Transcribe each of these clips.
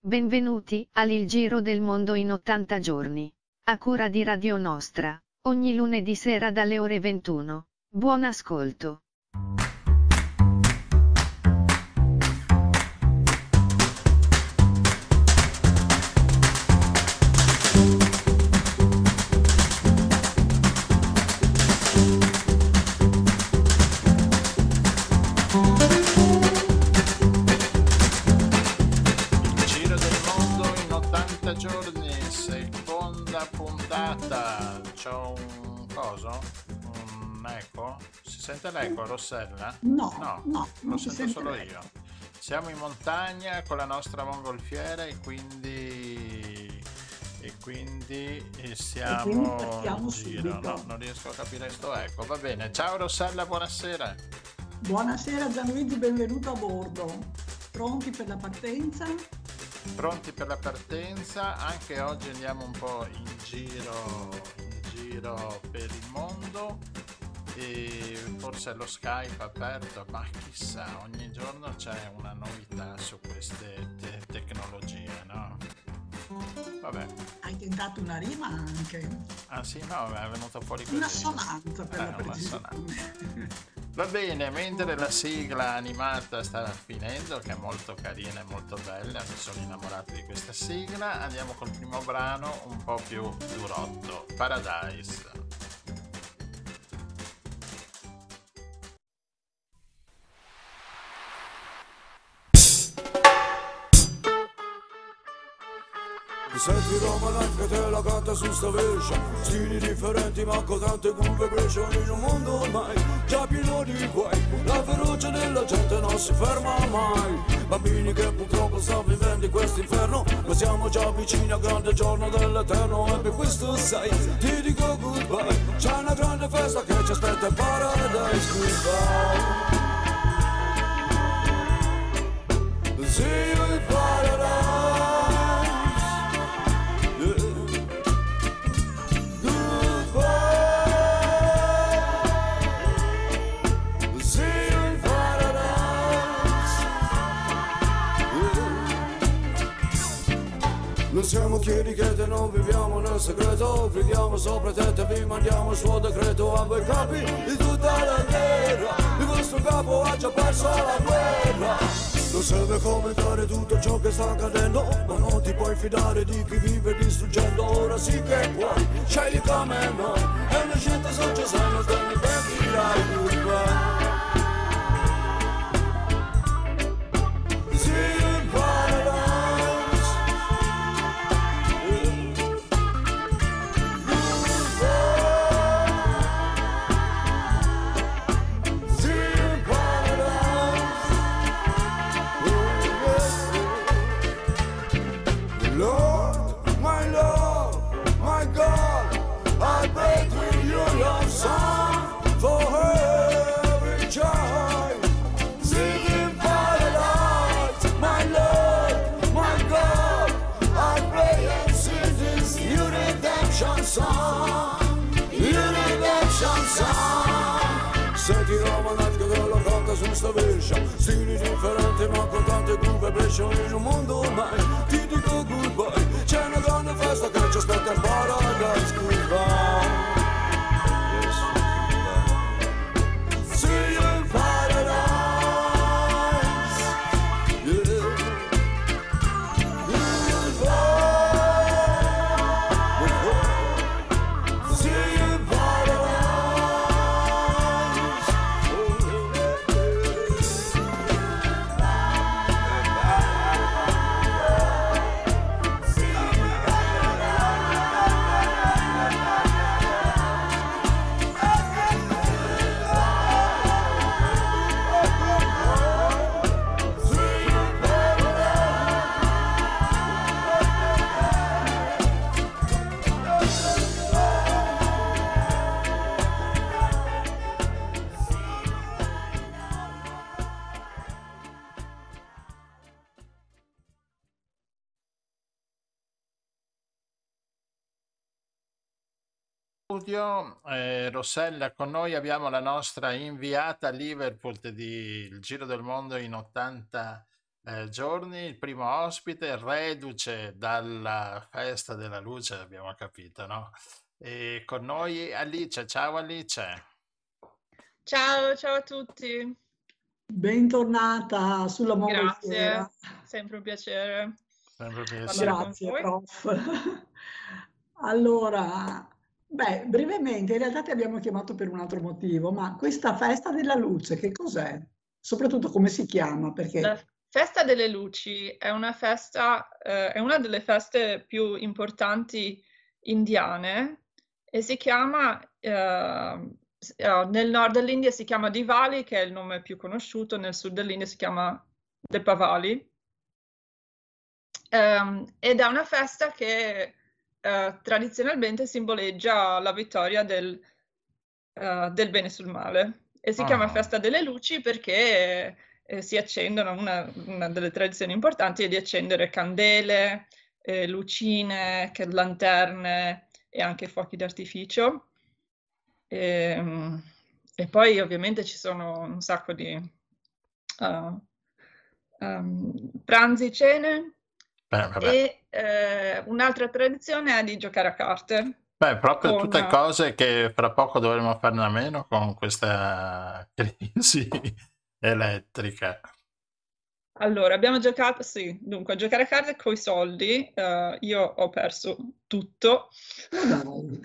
Benvenuti al Giro del Mondo in 80 giorni. A cura di Radio Nostra, ogni lunedì sera dalle ore 21. Buon ascolto. Giro del mondo in 80 giorni, seconda puntata. C'ho un coso? Un eco? Si sente l'eco, Rossella? No, No, no, lo non si sento sente solo l'eco. io. Siamo in montagna con la nostra mongolfiera e quindi E quindi siamo in partiamo giro. No, subito. non riesco a capire sto eco. Va bene. Ciao Rossella, buonasera. Buonasera Gianluigi, benvenuto a bordo. Pronti per la partenza? Pronti per la partenza, anche oggi andiamo un po' in giro per il mondo e forse lo Skype aperto, ma chissà, ogni giorno c'è una novità su queste tecnologie, no? Vabbè, Hai tentato una rima anche, ah sì, no, è venuto fuori una così. sonanza per la Una precisione. Va bene, mentre la sigla animata sta finendo, che è molto carina e molto bella, mi sono innamorato di questa sigla, andiamo col primo brano un po' più durotto, Paradise. Mi senti Roma Life che te la canta su sta vescia. Stili differenti ma con tante curve brecciano in un mondo ormai già pieno di guai. La ferocia della gente non si ferma mai. Bambini che purtroppo stanno vivendo in questo inferno, ma siamo già vicini al grande giorno dell'eterno. E per questo sai, ti dico goodbye. C'è una grande festa che ci aspetta in Paradise. Goodbye. See you in Paradise. Non siamo chiedi che te non viviamo nel segreto, viviamo sopra te e vi mandiamo il suo decreto a voi capi di tutta la terra. Il vostro capo ha già perso la guerra. Non serve commentare tutto ciò che sta accadendo, ma non ti puoi fidare di chi vive distruggendo. Ora sì che puoi, scegli come noi, è una scelta saggia se non te ne pentirai. Goodbye. See you in paradise. Senti Roma Night che te lo canta su sta vescia. Stili differenti ma con tante curve brecciano in un mondo ormai. Ti dico goodbye. C'è una grande festa che ci aspetta in Paradise. Goodbye. Yes, goodbye. See you in Paradise. Yeah. Goodbye. See you in Paradise. Studio, Rossella, con noi abbiamo la nostra inviata a Liverpool di Il Giro del Mondo in 80 giorni. Il primo ospite, reduce dalla festa della luce, abbiamo capito, no? E con noi Alice. Ciao Alice. Ciao, ciao a tutti. Bentornata sulla Mongolfiera. Grazie, sempre un piacere Sempre parlare piacere. con Grazie, voi. prof. Allora, beh, brevemente, in realtà ti abbiamo chiamato per un altro motivo, ma questa festa della luce, che cos'è? Soprattutto come si chiama? La Perché Festa delle Luci è una è una delle feste più importanti indiane e si chiama, nel nord dell'India si chiama Diwali, che è il nome più conosciuto, nel sud dell'India si chiama Deepavali. Ed è una festa che tradizionalmente simboleggia la vittoria del bene sul male e si chiama Ah, Festa delle Luci perché si accendono, una delle tradizioni importanti è di accendere candele, lucine, lanterne e anche fuochi d'artificio. E poi ovviamente ci sono un sacco di pranzi, cene vabbè. e un'altra tradizione è di giocare a carte Beh, proprio con... tutte cose che fra poco dovremo farne a meno con questa crisi elettrica. Allora, abbiamo giocato, sì, dunque, a giocare a carte coi soldi, io ho perso tutto. dai.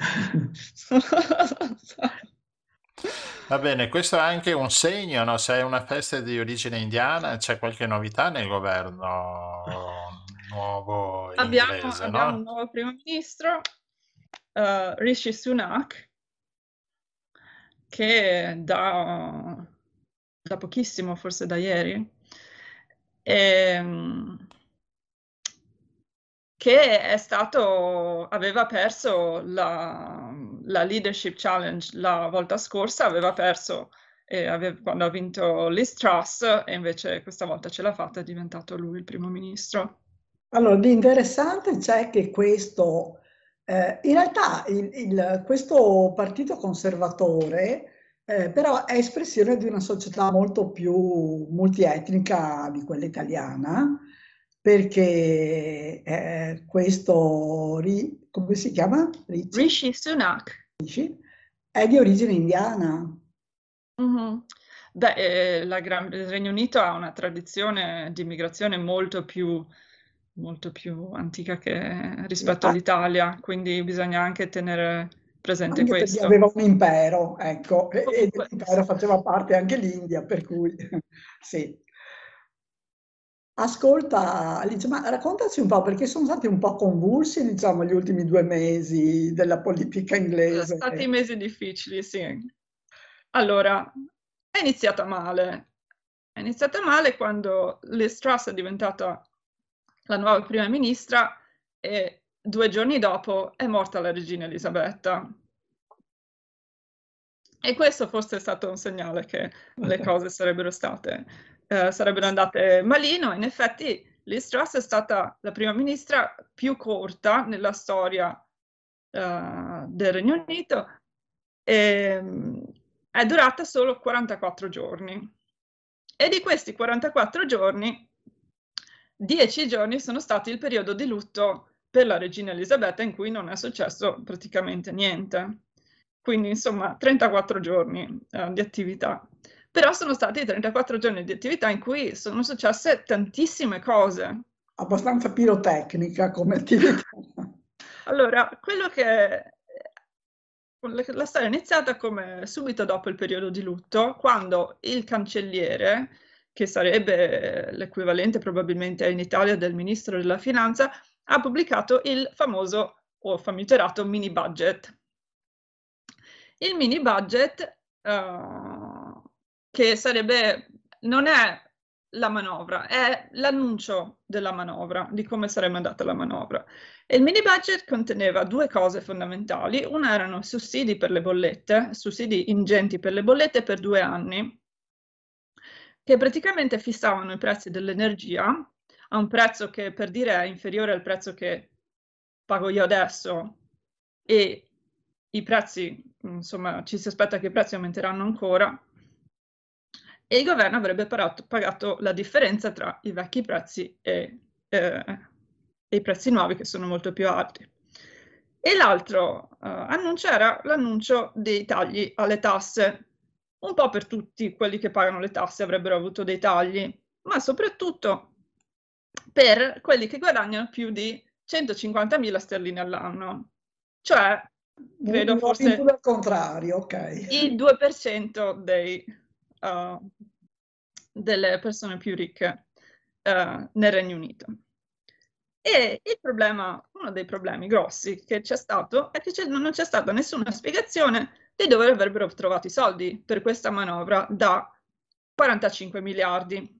Va bene, questo è anche un segno, no? Se è una festa di origine indiana, c'è qualche novità nel governo nuovo inglese, Abbiamo un no? nuovo primo ministro, Rishi Sunak, che da pochissimo, forse da ieri, che aveva perso la Leadership Challenge la volta scorsa, aveva perso quando ha vinto Liz Truss e invece questa volta ce l'ha fatta, è diventato lui il primo ministro. Allora, di interessante c'è che questo, in realtà questo partito conservatore, però è espressione di una società molto più multietnica di quella italiana, perché come si chiama? Rishi Sunak. È di origine indiana. Mhm. Beh, il Regno Unito ha una tradizione di immigrazione molto più antica rispetto Ah, all'Italia, quindi bisogna anche tenere presente anche perché questo. aveva un impero, ecco, e Comunque, dell'impero faceva parte anche l'India, per cui sì. Ascolta, Alice, ma raccontaci un po', perché sono stati un po' convulsi, diciamo, gli ultimi 2 mesi della politica sono inglese. stati mesi difficili, sì. Allora, è iniziata male. È iniziata male quando Liz Truss è diventata la nuova prima ministra e 2 giorni dopo è morta la regina Elisabetta. E questo forse è stato un segnale che le cose sarebbero andate malino. In effetti Liz Truss è stata la prima ministra più corta nella storia del Regno Unito e è durata solo 44 giorni. E di questi 44 giorni, 10 giorni sono stati il periodo di lutto per la regina Elisabetta in cui non è successo praticamente niente. Quindi, insomma, 34 giorni di attività. Però sono stati 34 giorni di attività in cui sono successe tantissime cose. Abbastanza pirotecnica come attività. Allora, la storia è iniziata come subito dopo il periodo di lutto, quando il cancelliere, che sarebbe l'equivalente probabilmente in Italia del ministro della finanza, ha pubblicato il famoso o famigerato mini budget. Il mini budget, che non è la manovra, è l'annuncio della manovra, di come sarebbe andata la manovra. E il mini budget conteneva 2 cose fondamentali. Una erano sussidi per le bollette, sussidi ingenti per le bollette per 2 anni, che praticamente fissavano i prezzi dell'energia a un prezzo che per dire è inferiore al prezzo che pago io adesso e i prezzi, insomma, ci si aspetta che i prezzi aumenteranno ancora e il governo avrebbe pagato la differenza tra i vecchi prezzi e i prezzi nuovi, che sono molto più alti. E l'altro annuncio era l'annuncio dei tagli alle tasse. Un po' per tutti quelli che pagano le tasse avrebbero avuto dei tagli, ma soprattutto per quelli che guadagnano più di 150.000 sterline all'anno. Cioè, credo forse al contrario, ok. il 2% delle persone più ricche nel Regno Unito. E il problema, uno dei problemi grossi che c'è stato è che non c'è stata nessuna spiegazione di dove avrebbero trovato i soldi per questa manovra da 45 miliardi.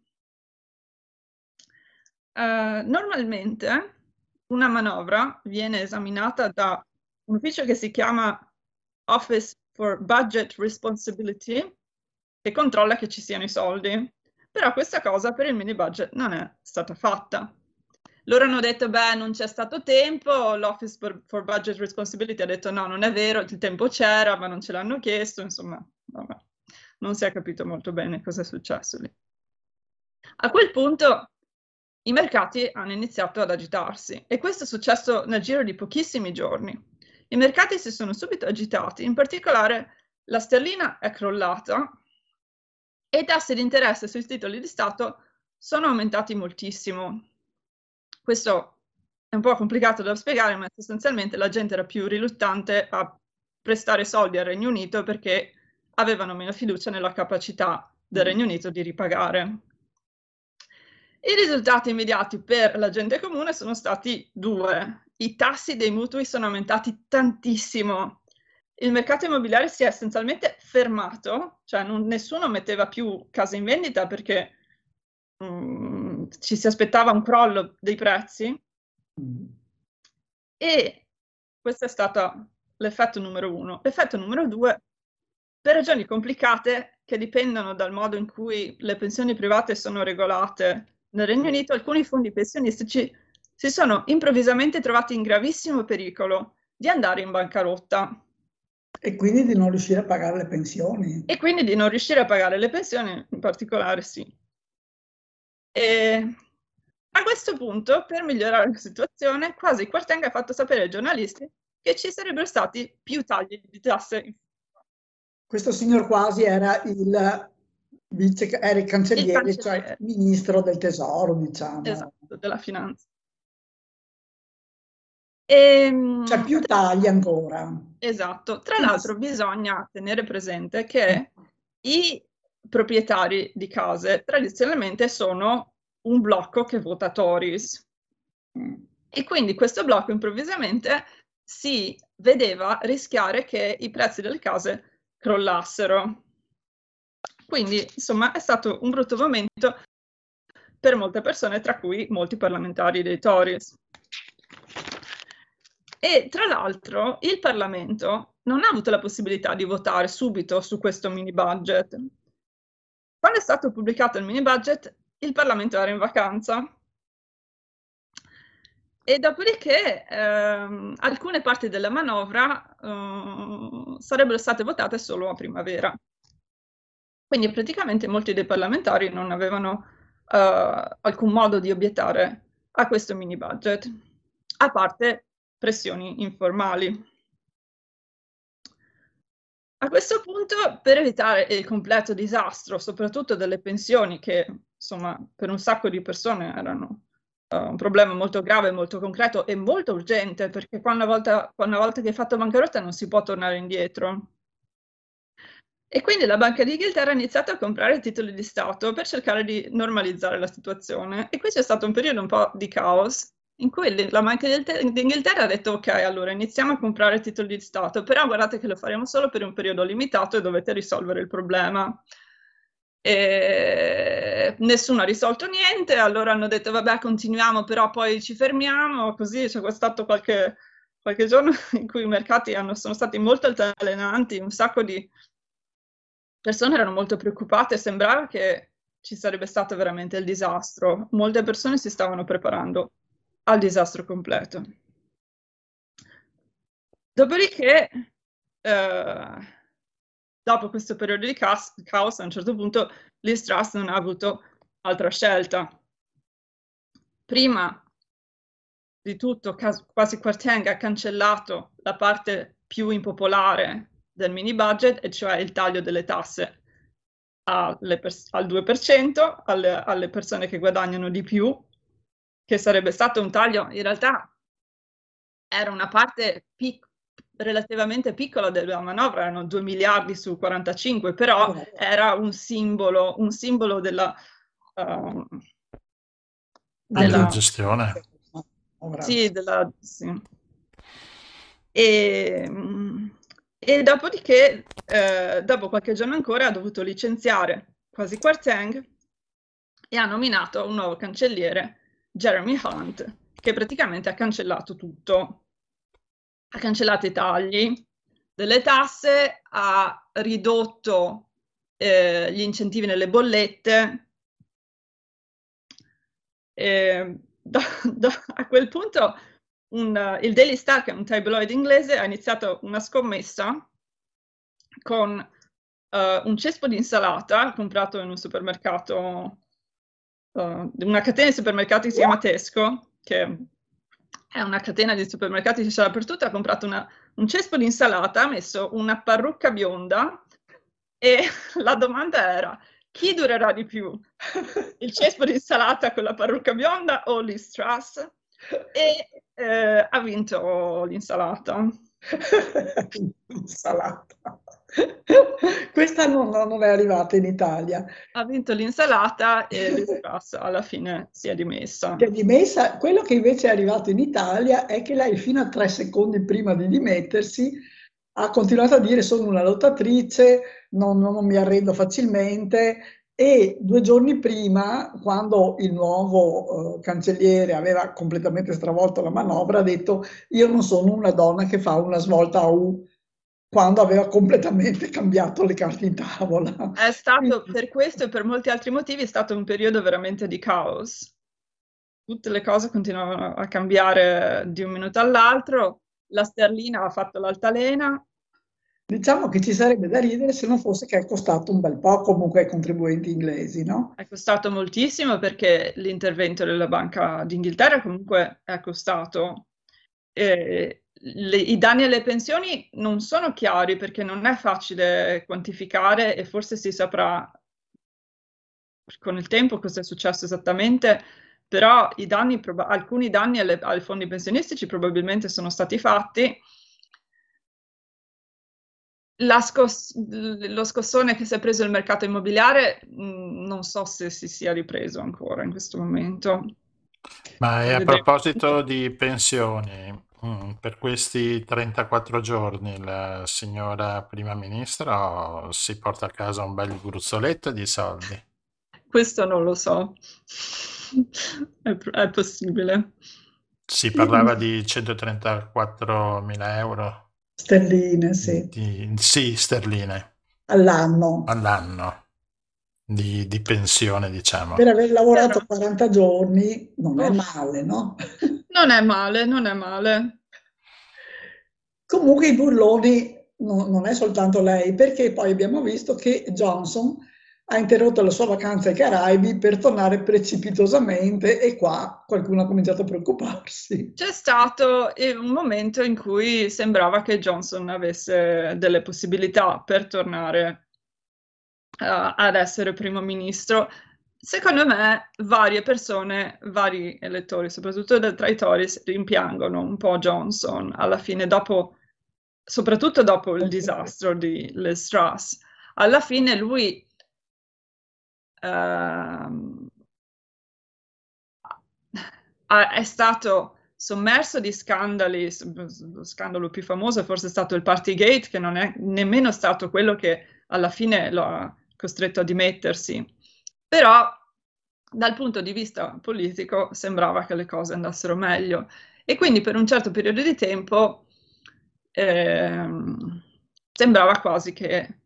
Normalmente una manovra viene esaminata da un ufficio che si chiama Office for Budget Responsibility, che controlla che ci siano i soldi. Però questa cosa per il mini budget non è stata fatta. Loro hanno detto, beh, non c'è stato tempo, l'Office for Budget Responsibility ha detto, no, non è vero, il tempo c'era, ma non ce l'hanno chiesto, insomma, vabbè. Non si è capito molto bene cosa è successo lì. A quel punto i mercati hanno iniziato ad agitarsi e questo è successo nel giro di pochissimi giorni. I mercati si sono subito agitati, in particolare la sterlina è crollata e i tassi di interesse sui titoli di Stato sono aumentati moltissimo. Questo è un po' complicato da spiegare, ma sostanzialmente la gente era più riluttante a prestare soldi al Regno Unito perché avevano meno fiducia nella capacità del Regno Unito di ripagare. I risultati immediati per la gente comune sono stati due. I tassi dei mutui sono aumentati tantissimo. Il mercato immobiliare si è essenzialmente fermato, cioè nessuno metteva più case in vendita perché ci si aspettava un crollo dei prezzi. E questo è stato l'effetto numero uno. L'effetto numero due, per ragioni complicate che dipendono dal modo in cui le pensioni private sono regolate nel Regno Unito, alcuni fondi pensionistici si sono improvvisamente trovati in gravissimo pericolo di andare in bancarotta. E quindi di non riuscire a pagare le pensioni. E quindi di non riuscire a pagare le pensioni, in particolare, sì. E a questo punto, per migliorare la situazione, quasi Kwarteng ha fatto sapere ai giornalisti che ci sarebbero stati più tagli di tasse. Questo signor Quasi era il cancelliere, cioè ministro del tesoro, diciamo. Esatto, della finanza. Cioè più tagli ancora. Esatto. Tra l'altro bisogna tenere presente che i proprietari di case tradizionalmente sono un blocco che vota Tories. E quindi questo blocco improvvisamente si vedeva rischiare che i prezzi delle case crollassero. Quindi, insomma, è stato un brutto momento per molte persone, tra cui molti parlamentari dei Tories. E tra l'altro il Parlamento non ha avuto la possibilità di votare subito su questo mini budget. Quando è stato pubblicato il mini budget, il Parlamento era in vacanza. E dopodiché alcune parti della manovra sarebbero state votate solo a primavera. Quindi praticamente molti dei parlamentari non avevano alcun modo di obiettare a questo mini budget, a parte pressioni informali. A questo punto, per evitare il completo disastro, soprattutto delle pensioni, che insomma per un sacco di persone erano un problema molto grave, molto concreto e molto urgente, perché una volta che hai fatto bancarotta non si può tornare indietro. E quindi la Banca d'Inghilterra ha iniziato a comprare titoli di Stato per cercare di normalizzare la situazione. E qui c'è stato un periodo un po' di caos, in cui la Banca d'Inghilterra ha detto ok, allora iniziamo a comprare titoli di Stato, però guardate che lo faremo solo per un periodo limitato e dovete risolvere il problema. E nessuno ha risolto niente, allora hanno detto vabbè continuiamo, però poi ci fermiamo, così c'è stato qualche giorno in cui i mercati sono stati molto altalenanti, un sacco di persone erano molto preoccupate, sembrava che ci sarebbe stato veramente il disastro, molte persone si stavano preparando al disastro completo. Dopodiché, dopo questo periodo di caos, a un certo punto Liz Truss non ha avuto altra scelta. Prima di tutto, Kwasi Kwarteng ha cancellato la parte più impopolare del mini budget, e cioè il taglio delle tasse al 2% alle persone che guadagnano di più, che sarebbe stato un taglio, in realtà era una parte relativamente piccola della manovra, erano 2 miliardi su 45, però era un simbolo della gestione. Sì, sì. E dopodiché, dopo qualche giorno ancora, ha dovuto licenziare Kwasi Kwarteng e ha nominato un nuovo cancelliere, Jeremy Hunt, che praticamente ha cancellato tutto. Ha cancellato i tagli delle tasse, ha ridotto gli incentivi nelle bollette. A quel punto il Daily Star, che è un tabloid inglese, ha iniziato una scommessa con un cespo di insalata comprato in un supermercato, una catena di supermercati che si chiama Tesco, che è una catena di supermercati che c'è dappertutto. Ha comprato un cespo di insalata, ha messo una parrucca bionda e la domanda era: chi durerà di più? Il cespo di insalata con la parrucca bionda o Liz Truss? E ha vinto l'insalata. Insalata. Questa non è arrivata in Italia. Ha vinto l'insalata e Liz Truss alla fine si è dimessa. Quello che invece è arrivato in Italia è che lei fino a 3 secondi prima di dimettersi ha continuato a dire: sono una lottatrice, non mi arrendo facilmente. E 2 giorni prima, quando il nuovo cancelliere aveva completamente stravolto la manovra, ha detto: io non sono una donna che fa una svolta a U, quando aveva completamente cambiato le carte in tavola. È stato, per questo e per molti altri motivi, è stato un periodo veramente di caos. Tutte le cose continuavano a cambiare di un minuto all'altro. La sterlina ha fatto l'altalena. Diciamo che ci sarebbe da ridere se non fosse che è costato un bel po' comunque ai contribuenti inglesi, no? È costato moltissimo, perché l'intervento della Banca d'Inghilterra comunque è costato. I danni alle pensioni non sono chiari, perché non è facile quantificare, e forse si saprà con il tempo cosa è successo esattamente, però alcuni danni ai fondi pensionistici probabilmente sono stati fatti. Lo scossone che si è preso il mercato immobiliare, non so se si sia ripreso ancora in questo momento. Ma a proposito di pensioni, per questi 34 giorni la signora Prima Ministra si porta a casa un bel gruzzoletto di soldi? Questo non lo so. È possibile. Si parlava di 134.000 euro Sterline, sì, sì, sterline all'anno. Di pensione, diciamo. Per aver lavorato 40 giorni non è male, no? Non è male, non è male. Comunque i burloni non è soltanto lei, perché poi abbiamo visto che Johnson ha interrotto la sua vacanza ai Caraibi per tornare precipitosamente, e qua qualcuno ha cominciato a preoccuparsi. C'è stato un momento in cui sembrava che Johnson avesse delle possibilità per tornare ad essere primo ministro. Secondo me varie persone, vari elettori, soprattutto tra i Tories, rimpiangono un po' Johnson alla fine, soprattutto dopo il disastro di Liz Truss. Alla fine lui è stato sommerso di scandali. Lo scandalo più famoso è forse stato il Partygate, che non è nemmeno stato quello che alla fine lo ha costretto a dimettersi. Però dal punto di vista politico sembrava che le cose andassero meglio, e quindi per un certo periodo di tempo sembrava quasi che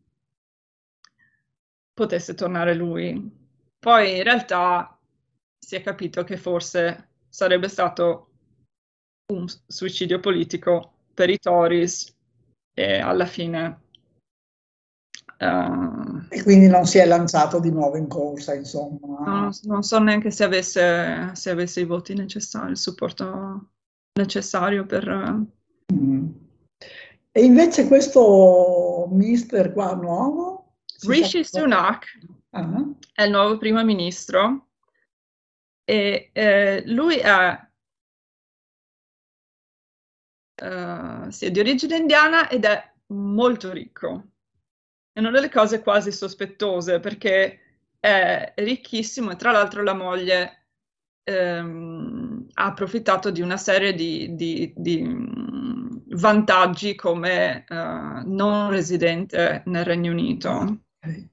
potesse tornare lui. Poi in realtà si è capito che forse sarebbe stato un suicidio politico per i Tories, e alla fine E quindi non si è lanciato di nuovo in corsa, insomma. Non so neanche se avesse i voti necessari, il supporto necessario per... Mm. E invece questo mister qua nuovo? Rishi Sunak Ah, è il nuovo primo ministro e lui sì, è di origine indiana ed è molto ricco. È una delle cose quasi sospettose perché è ricchissimo e tra l'altro la moglie ha approfittato di una serie di vantaggi come non residente nel Regno Unito. ok.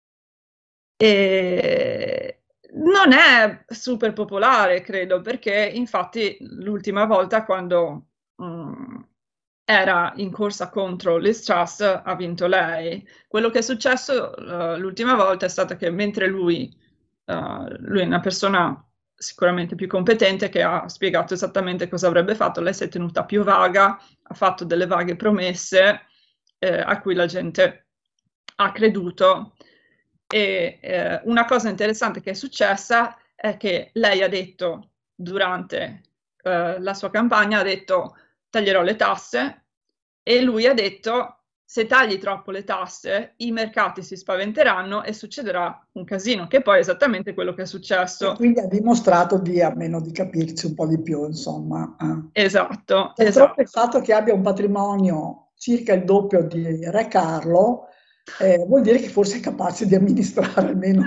E non è super popolare, credo, perché infatti l'ultima volta quando era in corsa contro Liz Truss ha vinto lei. Quello che è successo l'ultima volta è stato che mentre lui è una persona sicuramente più competente che ha spiegato esattamente cosa avrebbe fatto, lei si è tenuta più vaga, ha fatto delle vaghe promesse a cui la gente ha creduto. E una cosa interessante che è successa è che lei ha detto durante la sua campagna, ha detto taglierò le tasse e lui ha detto se tagli troppo le tasse i mercati si spaventeranno e succederà un casino, che poi è esattamente quello che è E successo. quindi ha dimostrato di, almeno di capirci un po' di più, insomma. Esatto, D'altronde esatto. il fatto che abbia un patrimonio circa il doppio di Re Carlo vuol dire che forse è capace di amministrare almeno.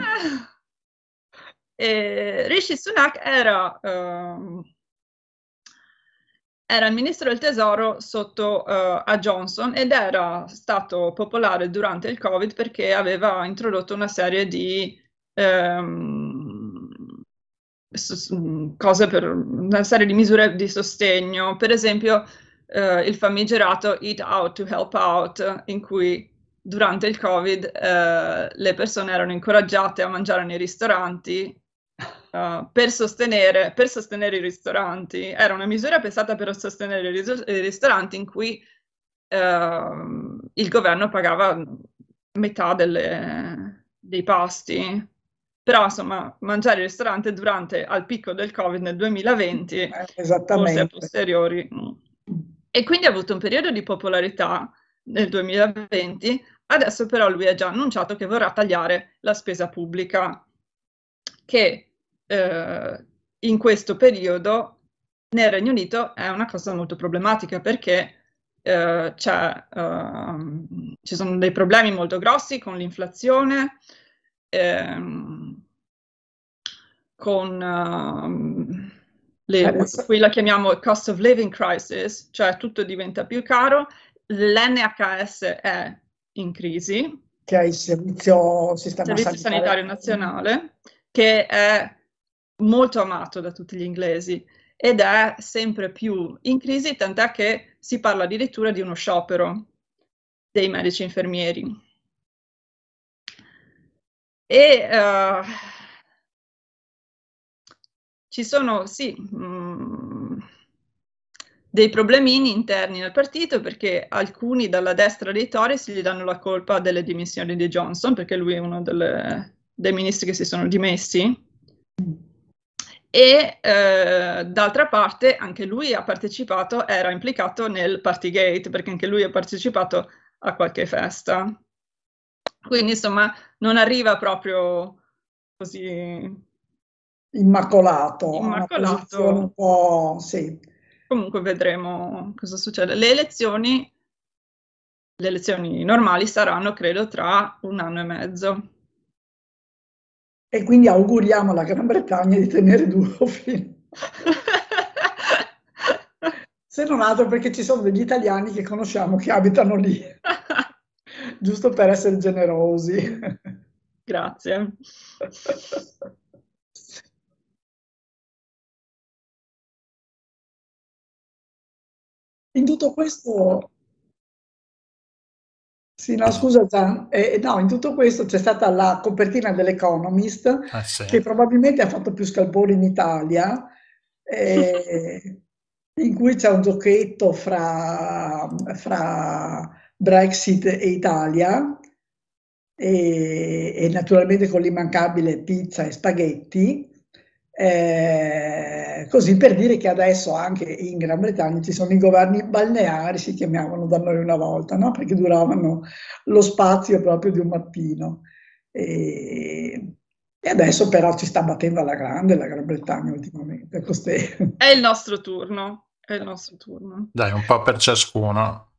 Rishi Sunak era il ministro del tesoro sotto a Johnson ed era stato popolare durante il Covid perché aveva introdotto una serie di cose per una serie di misure di sostegno, per esempio il famigerato Eat Out to Help Out, in cui durante il Covid le persone erano incoraggiate a mangiare nei ristoranti per sostenere i ristoranti. Era una misura pensata per sostenere i ristoranti in cui il governo pagava metà dei pasti. Però insomma, mangiare al ristorante al picco del Covid nel 2020, forse a Esattamente. posteriori. E quindi ha avuto un periodo di popolarità nel 2020, adesso però lui ha già annunciato che vorrà tagliare la spesa pubblica, che in questo periodo nel Regno Unito è una cosa molto problematica perché ci sono dei problemi molto grossi con l'inflazione, con qui la chiamiamo cost of living crisis, cioè tutto diventa più caro, l'NHS è in crisi, che è il Servizio Sanitario Nazionale, che è molto amato da tutti gli inglesi ed è sempre più in crisi, tant'è che si parla addirittura di uno sciopero dei medici infermieri. E ci sono, sì, dei problemini interni nel partito perché alcuni dalla destra dei Tories gli danno la colpa delle dimissioni di Johnson, perché lui è uno dei ministri che si sono dimessi. E d'altra parte anche lui ha partecipato, era implicato nel Partygate, perché anche lui ha partecipato a qualche festa. Quindi insomma non arriva proprio così immacolato, una posizione un po', sì. Comunque vedremo cosa succede. Le elezioni normali saranno credo tra 1 anno e mezzo. E quindi auguriamo alla Gran Bretagna di tenere duro fino... Se non altro perché ci sono degli italiani che conosciamo che abitano lì, giusto per essere generosi. Grazie. In tutto questo... Sì, no, scusa Gian, no, in tutto questo c'è stata la copertina dell'Economist sì. che probabilmente ha fatto più scalpore in Italia, in cui c'è un giochetto fra Brexit e Italia, e naturalmente con l'immancabile pizza e spaghetti. Così per dire che adesso anche in Gran Bretagna ci sono i governi balneari, si chiamavano da noi una volta, no? Perché duravano lo spazio proprio di un mattino. E adesso però ci sta battendo alla grande la Gran Bretagna ultimamente. È il nostro turno. È il nostro turno. Dai, un po' per ciascuno.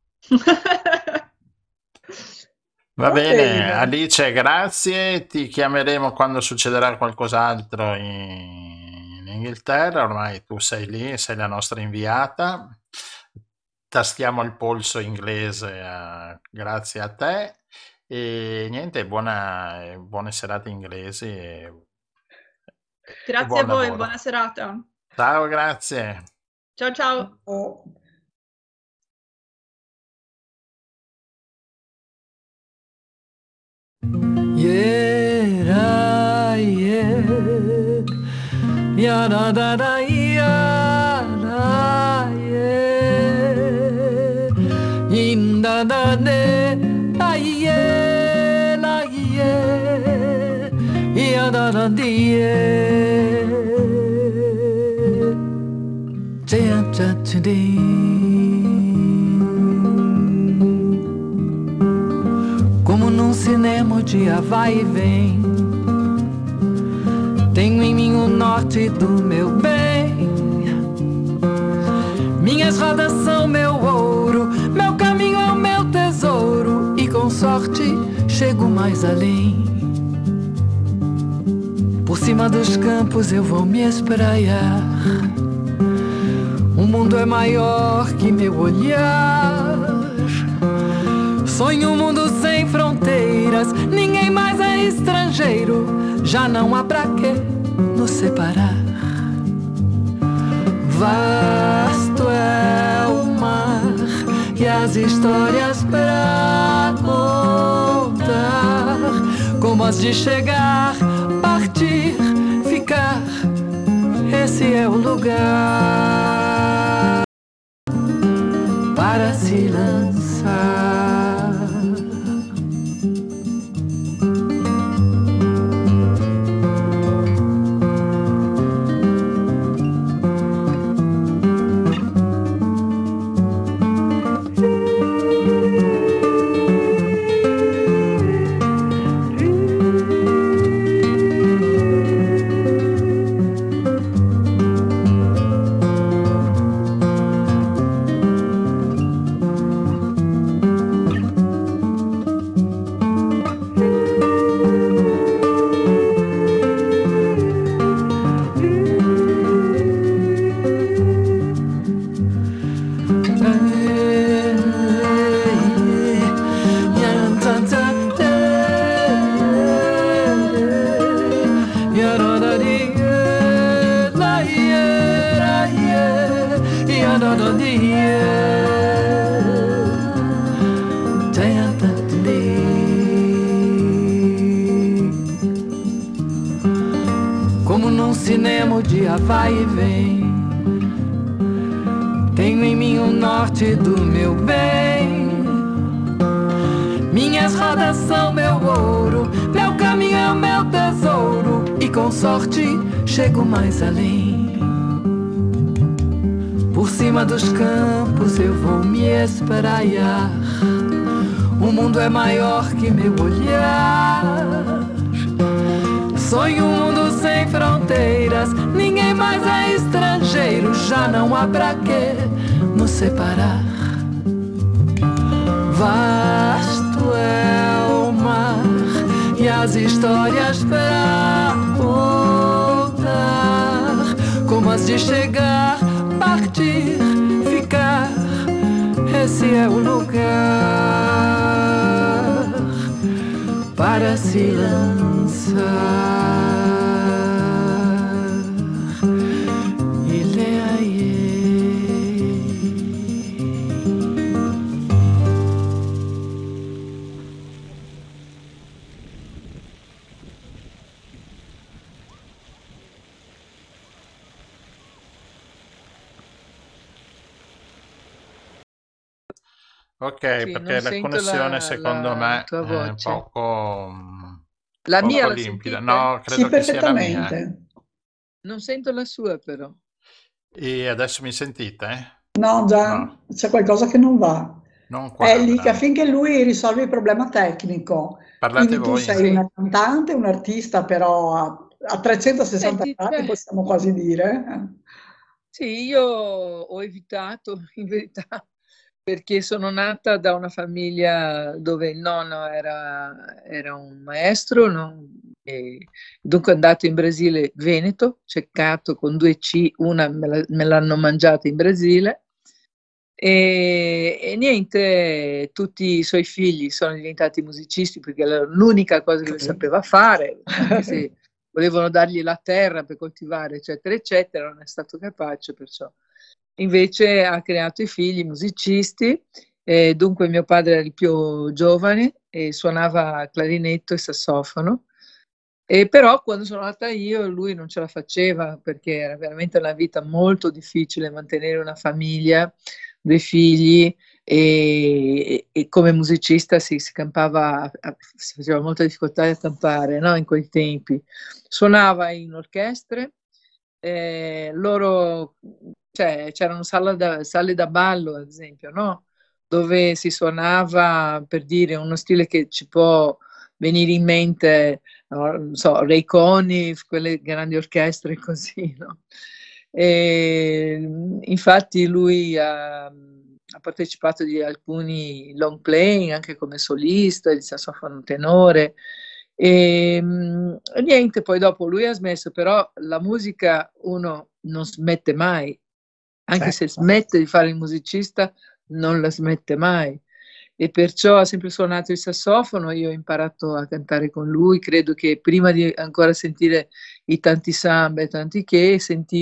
Va Va bene, bene. Alice, grazie. Ti chiameremo quando succederà qualcos'altro in Inghilterra. Ormai tu sei lì, sei la nostra inviata. Tastiamo il polso inglese grazie a te. E niente, buone serate inglesi e Grazie a buon voi, lavoro. buona serata. Ciao, grazie. Ciao ciao. Oh. Yeah, yeah, ya da da da ya da yeah, in da da de da yeah la yeah, ya da da di yeah, ja ja Como num cinema o dia vai e vem. Tenho em mim o norte do meu bem. Minhas rodas são meu ouro, meu caminho é o meu tesouro. E com sorte chego mais além. Por cima dos campos eu vou me espraiar. O mundo é maior que meu olhar. Sonho um mundo sem fronteiras, ninguém mais é estrangeiro, já não há pra que nos separar. Vasto é o mar e as histórias pra contar, como as de chegar, partir, ficar, esse é o lugar para se lançar. Como num cinema o dia vai e vem. Tenho em mim o norte do meu bem. Minhas rodas são meu ouro, meu caminho é o meu tesouro. E com sorte chego mais além. Por cima dos campos eu vou me espraiar. O mundo é maior que meu olhar. Sonho um mundo sem fronteiras, ninguém mais é estrangeiro, já não há pra que nos separar. Vasto é o mar e as histórias pra contar, como as de chegar, partir, ficar, esse é o lugar para se lançar. Ok, Sì, perché non la sento connessione secondo la me tua è voce. La mia poco la limpida. sentite? No, Sì, credo che sia la mia. perfettamente. Non sento la sua però. E adesso mi sentite? No, già No, c'è qualcosa che non va. non È lì che quadra. affinché lui risolve il problema tecnico. Parlate Quindi tu voi? sei Sì. una cantante, un artista, però a 360 Senti, gradi possiamo quasi dire. sì, io ho evitato in verità perché sono nata da una famiglia dove il nonno era un maestro, no? E dunque è andato in Brasile Veneto, ceccato con 2 C, una me l'hanno mangiata in Brasile. E niente, tutti i suoi figli sono diventati musicisti perché era l'unica cosa che lui sapeva fare, anche se volevano dargli la terra per coltivare, eccetera, eccetera, non è stato capace, perciò invece ha creato i figli musicisti, e dunque mio padre era il più giovane e suonava clarinetto e sassofono. E però quando sono nata io lui non ce la faceva perché era veramente una vita molto difficile mantenere una famiglia, 2 figli e come musicista si campava, si faceva molta difficoltà a campare, no? In quei tempi. Suonava in orchestre, loro, cioè, c'erano sale da ballo, ad esempio, no? Dove si suonava, per dire, uno stile che ci può venire in mente, no, non so, Ray Conniff, quelle grandi orchestre così, no? E, infatti lui ha partecipato di alcuni long playing anche come solista, di sassofono tenore. Niente, poi dopo lui ha smesso, però la musica uno non smette mai, anche se Certo. smette di fare il musicista, non la smette mai. E perciò ha sempre suonato il sassofono, io ho imparato a cantare con lui, credo che prima di ancora sentire i tanti samba e tanti che,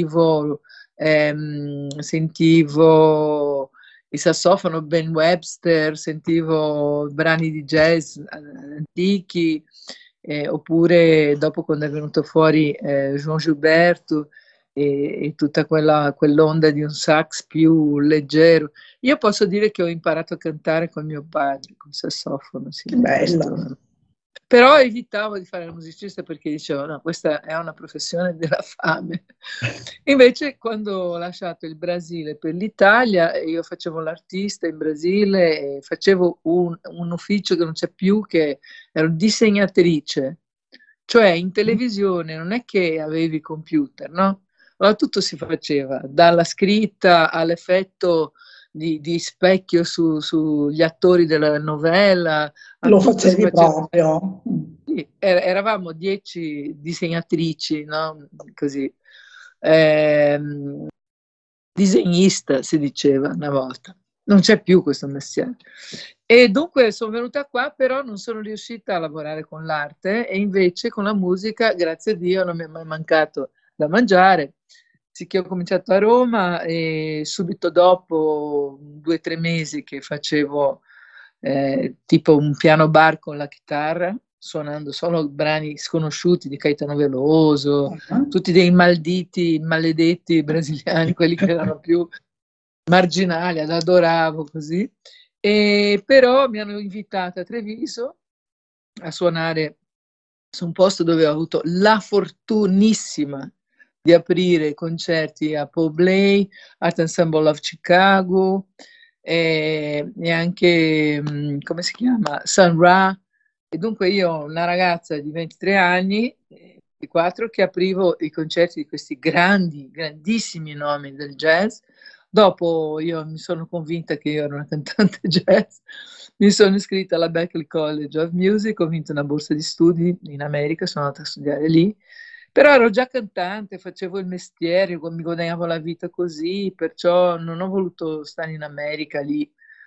sentivo il sassofono Ben Webster, sentivo brani di jazz antichi, oppure dopo quando è venuto fuori Jean Gilberto e tutta quell'onda di un sax più leggero. Io posso dire che ho imparato a cantare con mio padre, col sassofono, sì, Che bello. questo. Però evitavo di fare il musicista perché dicevo, no, questa è una professione della fame. Invece quando ho lasciato il Brasile per l'Italia, io facevo l'artista in Brasile e facevo un ufficio che non c'è più, che ero disegnatrice. Cioè in televisione non è che avevi computer, no? Allora tutto si faceva, dalla scritta all'effetto di specchio sugli attori della novella, a Lo tutto si facevi faceva. proprio. Sì, eravamo 10 disegnatrici, no? Così. Ehm, Disegnista si diceva una volta. Non c'è più questo mestiere. E dunque sono venuta qua, però non sono riuscita a lavorare con l'arte e invece con la musica, grazie a Dio, non mi è mai mancato da mangiare. Sì che ho cominciato a Roma e subito dopo 2 o 3 mesi che facevo tipo un piano bar con la chitarra, suonando solo brani sconosciuti di Caetano Veloso, tutti dei maledetti brasiliani, quelli che erano più marginali, adoravo così. E però mi hanno invitata a Treviso a suonare su un posto dove ho avuto la fortunissima di aprire concerti a Paul Bley, Art Ensemble of Chicago e anche, come si chiama, Sun Ra. E dunque io, una ragazza di 23 anni, 24, che aprivo i concerti di questi grandissimi nomi del jazz. Dopo io mi sono convinta che io ero una cantante jazz, mi sono iscritta alla Berklee College of Music, ho vinto una borsa di studi in America, sono andata a studiare lì, però ero già cantante, facevo il mestiere, mi guadagnavo la vita così, perciò non ho voluto stare in America lì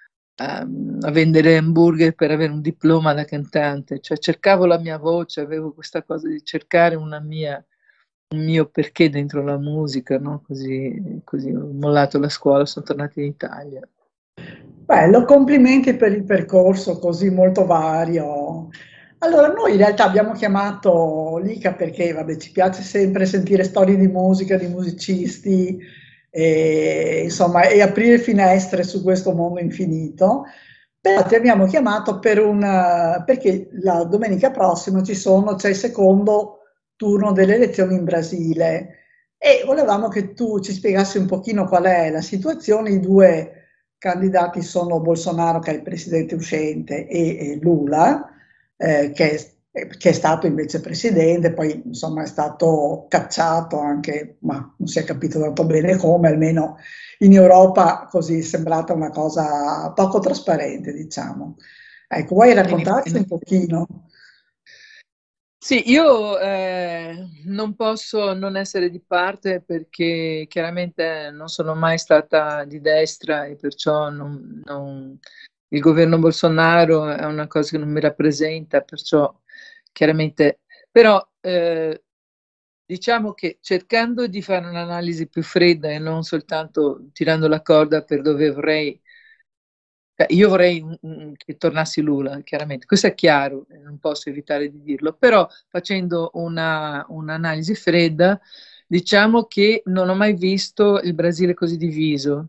a vendere hamburger per avere un diploma da cantante, cioè cercavo la mia voce, avevo questa cosa di cercare un mio perché dentro la musica, no? Così ho mollato la scuola, sono tornata in Italia. Bello, complimenti per il percorso così molto vario. Allora, noi in realtà abbiamo chiamato Lica perché, vabbè, ci piace sempre sentire storie di musica, di musicisti, e, insomma, e aprire finestre su questo mondo infinito. Però ti abbiamo chiamato perché la domenica prossima c'è il secondo turno delle elezioni in Brasile e volevamo che tu ci spiegassi un pochino qual è la situazione. I due candidati sono Bolsonaro, che è il presidente uscente, e Lula, che è stato invece presidente, poi insomma è stato cacciato anche, ma non si è capito tanto bene come, almeno in Europa così è sembrata una cosa poco trasparente, diciamo. Ecco, vuoi raccontarci un pochino? Sì, io non posso non essere di parte perché chiaramente non sono mai stata di destra e perciò il governo Bolsonaro è una cosa che non mi rappresenta, perciò chiaramente, però diciamo che cercando di fare un'analisi più fredda e non soltanto tirando la corda per dove vorrei. Io vorrei che tornassi Lula, chiaramente, questo è chiaro, non posso evitare di dirlo, però facendo un'analisi fredda, diciamo che non ho mai visto il Brasile così diviso,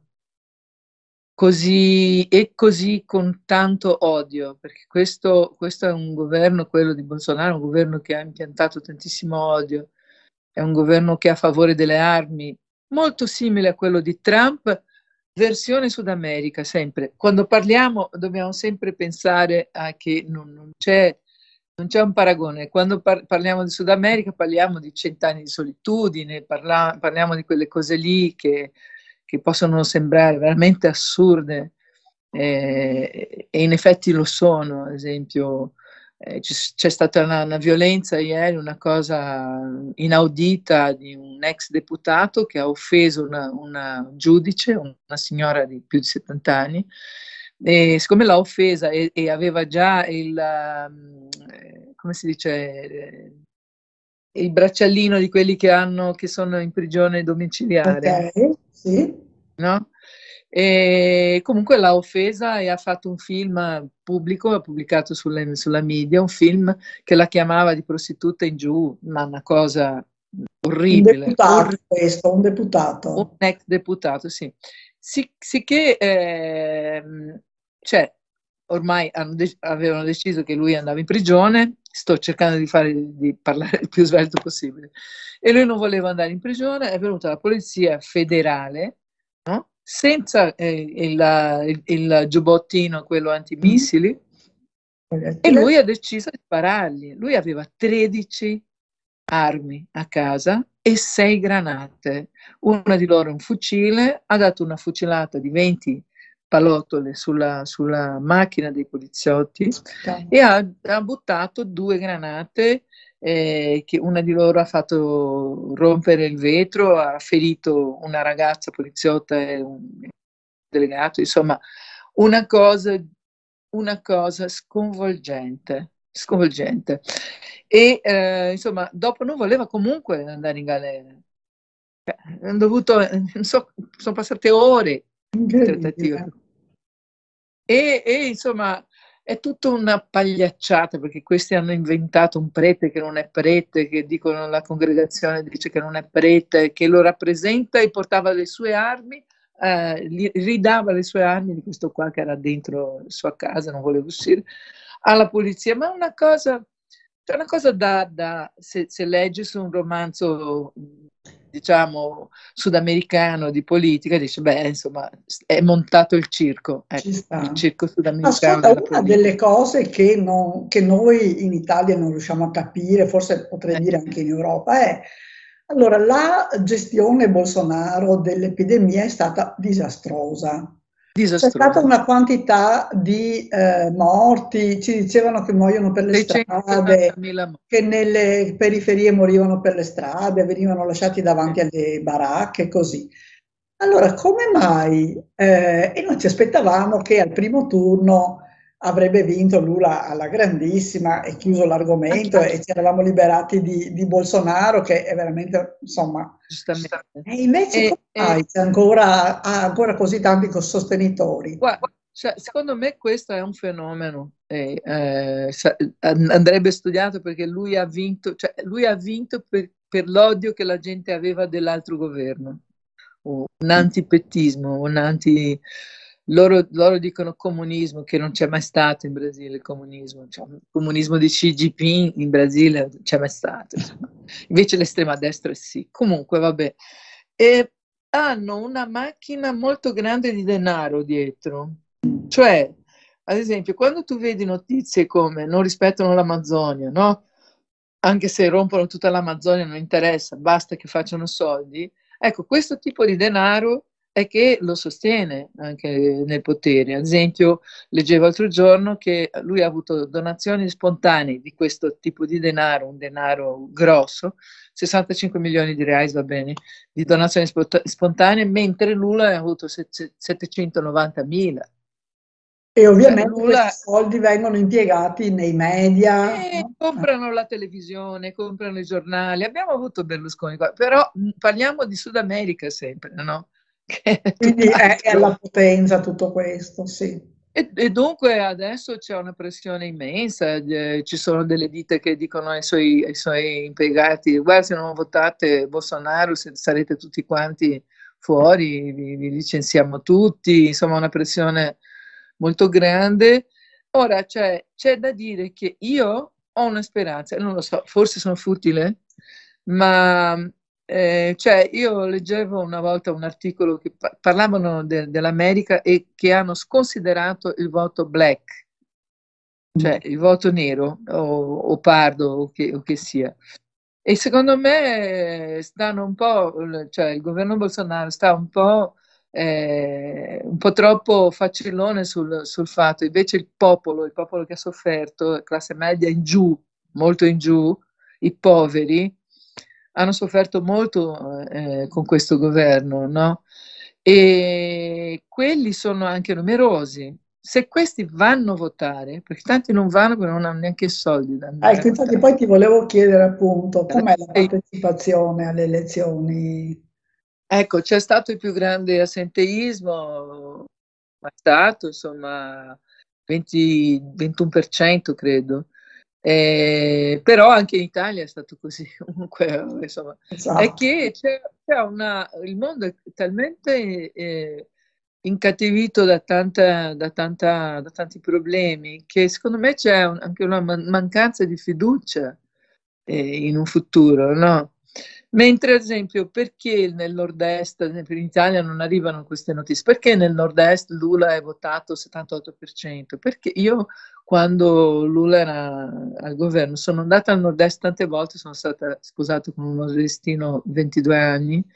così con tanto odio, perché questo è un governo, quello di Bolsonaro, un governo che ha impiantato tantissimo odio, è un governo che è a favore delle armi, molto simile a quello di Trump, versione Sud America, sempre. Quando parliamo dobbiamo sempre pensare a che non c'è un paragone. Quando parliamo di Sud America parliamo di 100 anni di solitudine, parliamo di quelle cose lì che possono sembrare veramente assurde e in effetti lo sono. Ad esempio, c'è stata una violenza ieri, una cosa inaudita di un ex deputato che ha offeso una giudice, una signora di più di 70 anni, e siccome l'ha offesa e aveva già come si dice, il braccialino di quelli che sono in prigione domiciliare, Ok, sì. no? E comunque l'ha offesa e ha fatto un film pubblico, ha pubblicato sulla media, un film che la chiamava di prostituta in giù, ma una cosa Un orribile, deputato questo, un deputato. un ex deputato, sì. Sicché cioè, ormai avevano deciso che lui andava in prigione, sto cercando di parlare il più svelto possibile, e lui non voleva andare in prigione, è venuta la polizia federale, no? Senza il giubbottino, quello antimissili, e lui ha deciso di sparargli. Lui aveva 13 armi a casa e 6 granate. Una di loro un fucile, ha dato una fucilata di 20 pallottole sulla macchina dei poliziotti e ha buttato 2 granate, che una di loro ha fatto rompere il vetro, ha ferito una ragazza poliziotta e un delegato, insomma una cosa sconvolgente. E insomma, dopo non voleva comunque andare in galera. Hanno dovuto, non so, sono passate ore di trattativa. E insomma, è tutta una pagliacciata, perché questi hanno inventato un prete che non è prete, che dicono la congregazione dice che non è prete, che lo rappresenta e portava le sue armi, ridava le sue armi di questo qua che era dentro la sua casa, non voleva uscire, alla polizia. Ma è una cosa se leggi su un romanzo, diciamo, sudamericano di politica, dice, beh, insomma, è montato il circo, ecco, il circo sudamericano. Ascolta, una delle cose che noi in Italia non riusciamo a capire, forse potrei dire anche in Europa, è allora la gestione Bolsonaro dell'epidemia è stata disastrosa. C'è stata una quantità di morti, ci dicevano che muoiono per le strade, che nelle periferie morivano per le strade, venivano lasciati davanti alle baracche, così. Allora, come mai? E noi ci aspettavamo che al primo turno avrebbe vinto Lula alla grandissima e chiuso l'argomento e ci eravamo liberati di Bolsonaro, che è veramente, insomma. E invece come mai c'è ha ancora così tanti sostenitori? Guarda, secondo me questo è un fenomeno, andrebbe studiato, perché lui ha vinto per l'odio che la gente aveva dell'altro governo, un antipettismo, loro dicono comunismo, che non c'è mai stato in Brasile il comunismo, cioè, il comunismo di Xi Jinping in Brasile non c'è mai stato, insomma. Invece l'estrema destra sì. Comunque, vabbè. E hanno una macchina molto grande di denaro dietro. Cioè, ad esempio, quando tu vedi notizie come non rispettano l'Amazzonia, no? Anche se rompono tutta l'Amazzonia non interessa, basta che facciano soldi. Ecco, questo tipo di denaro è che lo sostiene anche nel potere. Ad esempio, leggevo l'altro giorno che lui ha avuto donazioni spontanee di questo tipo di denaro, un denaro grosso, 65 milioni di reais, va bene, di donazioni spontanee, mentre Lula ha avuto 790 mila. E ovviamente questi soldi vengono impiegati nei media. No? Comprano la televisione, comprano i giornali. Abbiamo avuto Berlusconi qua, però parliamo di Sud America sempre, no? Quindi è la potenza tutto questo, sì. E dunque adesso c'è una pressione immensa, ci sono delle ditte che dicono ai suoi impiegati: guarda, se non votate Bolsonaro sarete tutti quanti fuori, vi licenziamo tutti, insomma una pressione molto grande. Ora c'è da dire che io ho una speranza, non lo so, forse sono futile, ma cioè io leggevo una volta un articolo che parlavano dell'America e che hanno sconsiderato il voto black, cioè il voto nero o pardo o che sia. E secondo me stanno un po', cioè il governo Bolsonaro sta un po' troppo facilone sul fatto, invece il popolo che ha sofferto, classe media in giù, molto in giù, i poveri, hanno sofferto molto con questo governo, no? E quelli sono anche numerosi. Se questi vanno a votare, perché tanti non vanno perché non hanno neanche i soldi da andare a Infatti votare. poi ti volevo chiedere appunto com'è la partecipazione alle elezioni. Ecco, c'è stato il più grande assenteismo, è stato insomma 21% credo. Però anche in Italia è stato così, comunque, insomma, Esatto. è che il mondo è talmente incattivito da tanti problemi che secondo me c'è anche una mancanza di fiducia in un futuro, no? Mentre, ad esempio, perché nel nord-est, ad esempio in Italia, non arrivano queste notizie? Perché nel nord-est Lula è votato 78%? Perché io, quando Lula era al governo, sono andata al nord-est tante volte, sono stata sposata con un nordestino 22 anni,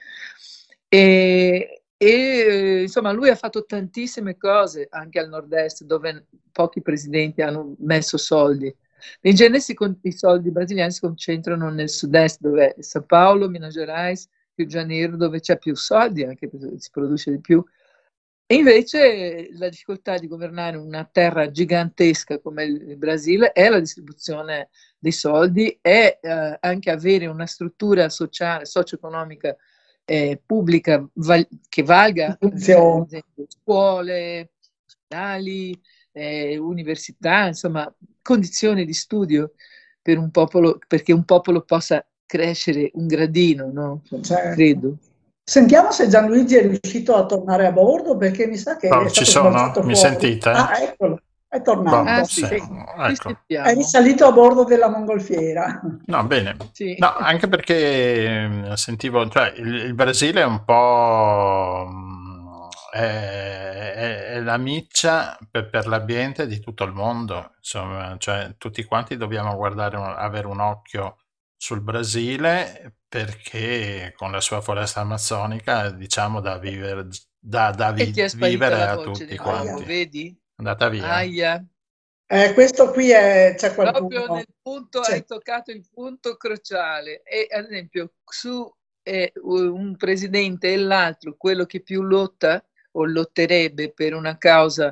e insomma lui ha fatto tantissime cose anche al nord-est, dove pochi presidenti hanno messo soldi. In genere i soldi brasiliani si concentrano nel sud-est, dove è São Paulo, Minas Gerais, Rio de Janeiro, dove c'è più soldi, anche perché si produce di più. E invece la difficoltà di governare una terra gigantesca come il Brasile è la distribuzione dei soldi, è anche avere una struttura sociale, socio-economica pubblica che valga, ad esempio, scuole, ospedali, università, insomma, condizioni di studio per un popolo, perché un popolo possa crescere un gradino, no? Certo. Credo. Sentiamo se Gianluigi è riuscito a tornare a bordo, perché mi sa che è ci stato sono? sbalzato Mi fuori. sentite? Ah, eccolo, è tornato. Sì, ecco. È risalito a bordo della mongolfiera. No, bene. Sì. No, anche perché sentivo, cioè il Brasile è un po' è la miccia per l'ambiente di tutto il mondo, insomma, cioè tutti quanti dobbiamo avere un occhio sul Brasile, perché con la sua foresta amazzonica, diciamo, da vivere E ti è sparita vivere la a voce tutti di nuovo, quanti. vedi? È andata via. Aia. Questo qui c'è qualcuno. Proprio nel punto, hai toccato il punto cruciale. E ad esempio su un presidente e l'altro, quello che più lotta o lotterebbe per una causa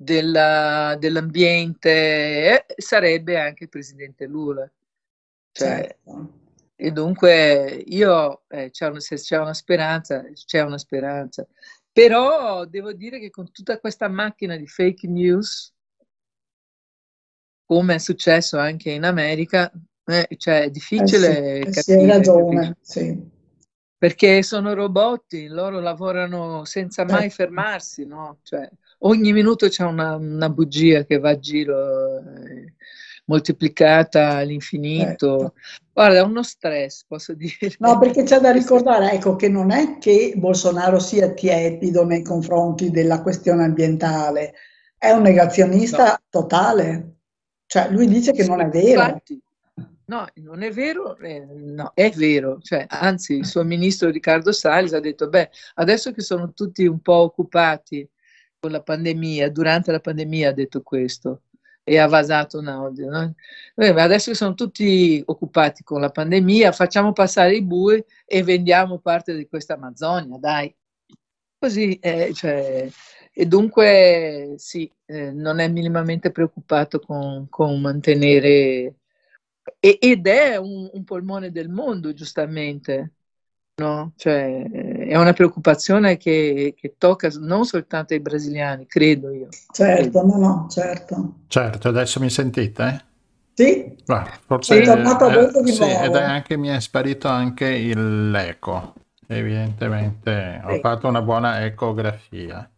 dell'ambiente sarebbe anche il presidente Lula. Cioè, Certo. E dunque io, se c'è una speranza, c'è una speranza. Però devo dire che con tutta questa macchina di fake news, come è successo anche in America, cioè è difficile Sì, capire. hai ragione, sì. Perché sono robotti, loro lavorano senza mai fermarsi, no? Cioè, ogni minuto c'è una bugia che va a giro, moltiplicata all'infinito. Guarda, è uno stress, posso dire. No, perché c'è da ricordare, ecco, che non è che Bolsonaro sia tiepido nei confronti della questione ambientale, è un negazionista totale. Cioè, lui dice che non è vero. Infatti, no, non è vero, no, è vero. Cioè, anzi, il suo ministro Riccardo Salles ha detto, beh, adesso che sono tutti un po' occupati con la pandemia, durante la pandemia ha detto questo, e ha vasato un audio, no? Adesso che sono tutti occupati con la pandemia, facciamo passare i bui e vendiamo parte di questa Amazzonia, dai. Così, cioè, e dunque sì, non è minimamente preoccupato con mantenere, ed è un polmone del mondo, giustamente, no? Cioè, è una preoccupazione che tocca non soltanto i brasiliani, credo io. Certo, no, certo. Certo, adesso mi sentite? Sì, Forse è tornato a voi di sì, ed è nuovo. anche, mi è sparito anche l'eco. Evidentemente ho fatto una buona ecografia.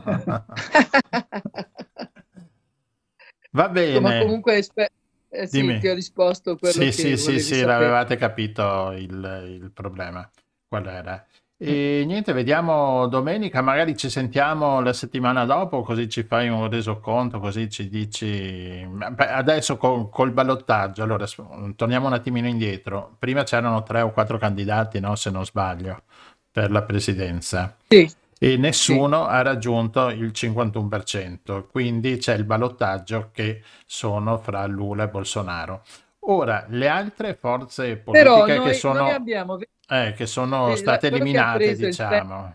Va Ma bene, comunque sì, dimmi. ti ho risposto quello Sì, che sì, sì, volevi sì, sapere. l'avevate capito il problema. Qual era? E niente, vediamo domenica, magari ci sentiamo la settimana dopo, così ci fai un resoconto, così ci dici. Beh, adesso col ballottaggio, allora torniamo un attimino indietro. Prima c'erano 3 o 4 candidati, no, se non sbaglio, per la presidenza. Sì, E nessuno ha raggiunto il 51%, quindi c'è il ballottaggio che sono fra Lula e Bolsonaro. Ora, le altre forze però politiche noi abbiamo che sono state quello che ha eliminate, preso diciamo.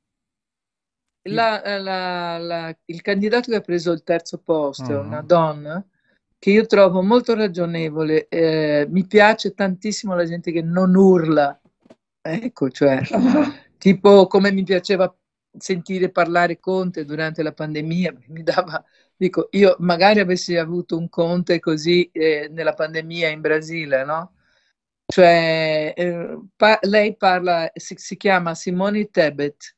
il candidato che ha preso il terzo posto è una Mm. donna che io trovo molto ragionevole. Mi piace tantissimo la gente che non urla, ecco, cioè, tipo come mi piaceva sentire parlare Conte durante la pandemia, mi dava, dico, io magari avessi avuto un Conte così nella pandemia in Brasile, no? Cioè, lei parla, si chiama Simone Tebet,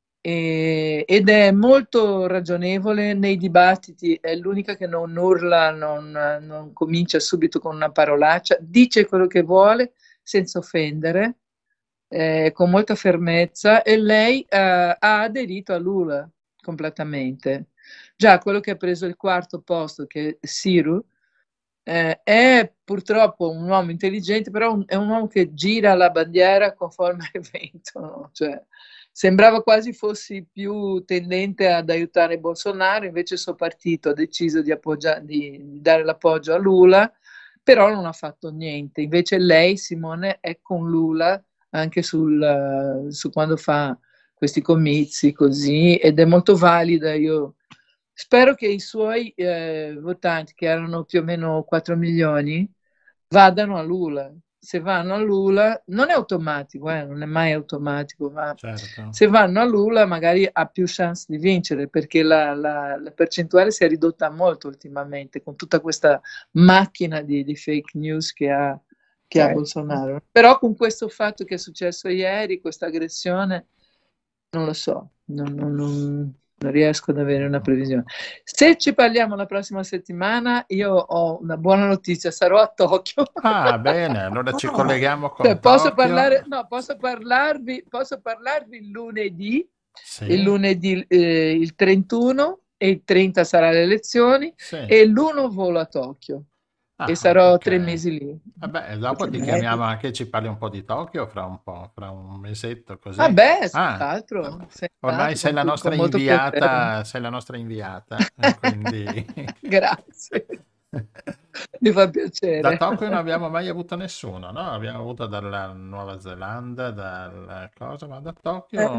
ed è molto ragionevole nei dibattiti, è l'unica che non urla, non comincia subito con una parolaccia, dice quello che vuole senza offendere, con molta fermezza, e lei ha aderito a Lula completamente. Già quello che ha preso il quarto posto, che è Ciro, è purtroppo un uomo intelligente, però è un uomo che gira la bandiera conforme al vento, no? Cioè, sembrava quasi fossi più tendente ad aiutare Bolsonaro, invece il suo partito ha deciso di dare l'appoggio a Lula, però non ha fatto niente. Invece lei, Simone, è con Lula anche su quando fa questi comizi così, ed è molto valida. Io spero che i suoi votanti, che erano più o meno 4 milioni, vadano a Lula. Se vanno a Lula, non è automatico, non è mai automatico, ma Certo. se vanno a Lula magari ha più chance di vincere, perché la percentuale si è ridotta molto ultimamente con tutta questa macchina di fake news che ha Bolsonaro. Però con questo fatto che è successo ieri, questa aggressione, non lo so, non riesco ad avere una previsione. Se ci parliamo la prossima settimana, io ho una buona notizia, sarò a Tokyo. Ah, bene, allora ci colleghiamo con Cioè, posso Tokyo. parlarvi il lunedì, Sì, il 31, e il 30 sarà le elezioni, sì. e l'1 volo a Tokyo. Ah, E sarò ok. 3 mesi lì. Vabbè, dopo ti chiamiamo anche, ci parli un po' di Tokyo fra un po', fra un mesetto così. Vabbè, Ah, senz'altro, ormai sei la nostra con molto piacere. inviata, quindi Grazie, mi fa da piacere. Tokyo non abbiamo mai avuto nessuno, no? Abbiamo avuto dalla Nuova Zelanda, dal cosa, ma da Tokyo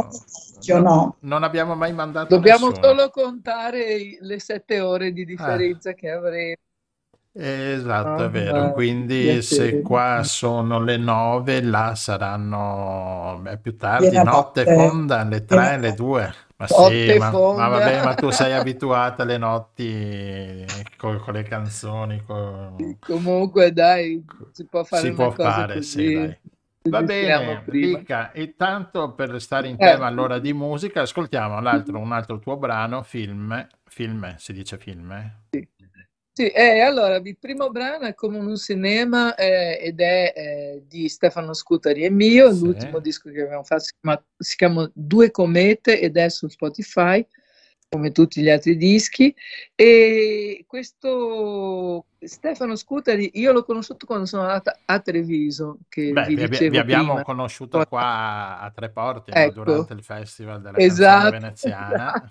no. non abbiamo mai mandato Dobbiamo nessuno. solo contare le 7 ore di differenza che avremo. Esatto, è vero. Ma Quindi se piacere. qua sono le 9, là saranno più tardi, Piena notte notte, fonda, alle 3, piena alle 2. Ma sì, Notte ma fonda. vabbè, ma tu sei abituata alle notti con le canzoni. Comunque, dai, si può fare Si può una cosa fare, sì, così. dai. Va registriamo bene, prima. Lica, e tanto per restare in tema allora di musica, ascoltiamo un altro tuo brano, film, si dice film? Sì, allora il primo brano è Come un cinema ed è di Stefano Scutari e mio, Sì. l'ultimo disco che abbiamo fatto si chiama Due Comete ed è su Spotify, come tutti gli altri dischi. E questo Stefano Scutari io l'ho conosciuto quando sono andata a Treviso, che Beh, vi dicevo vi abbiamo prima. conosciuto qua a Tre Porti, no? Ecco, Durante il Festival della canzone esatto, veneziana.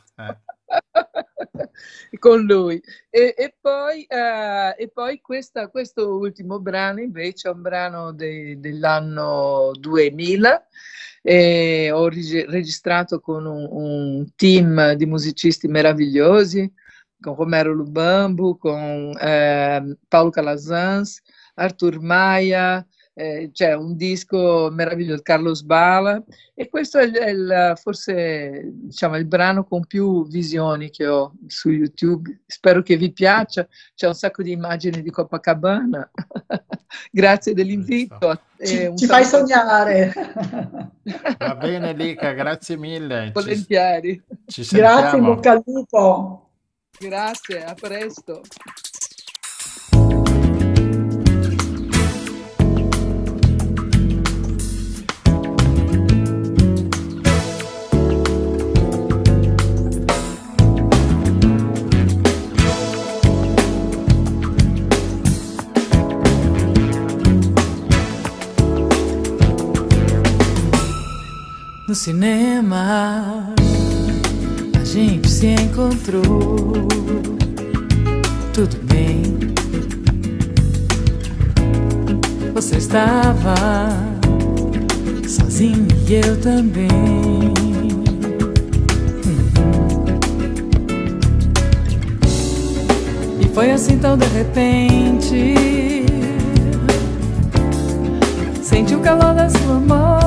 con lui. E poi questo ultimo brano invece è un brano dell'anno 2000. Ho registrato con un team di musicisti meravigliosi, con Romero Lubambo, con Paolo Calazans, Arthur Maia, c'è un disco meraviglioso, Carlos Bala, e questo è forse diciamo, il brano con più visioni che ho su YouTube. Spero che vi piaccia, c'è un sacco di immagini di Copacabana. Grazie dell'invito. Ci fai sognare. Va bene Lica, grazie mille. Volentieri. Ci sentiamo. Grazie, in bocca al lupo. Grazie, a presto. No cinema a gente se encontrou, tudo bem. Você estava sozinho e eu também. E foi assim tão de repente, senti o calor da sua mão.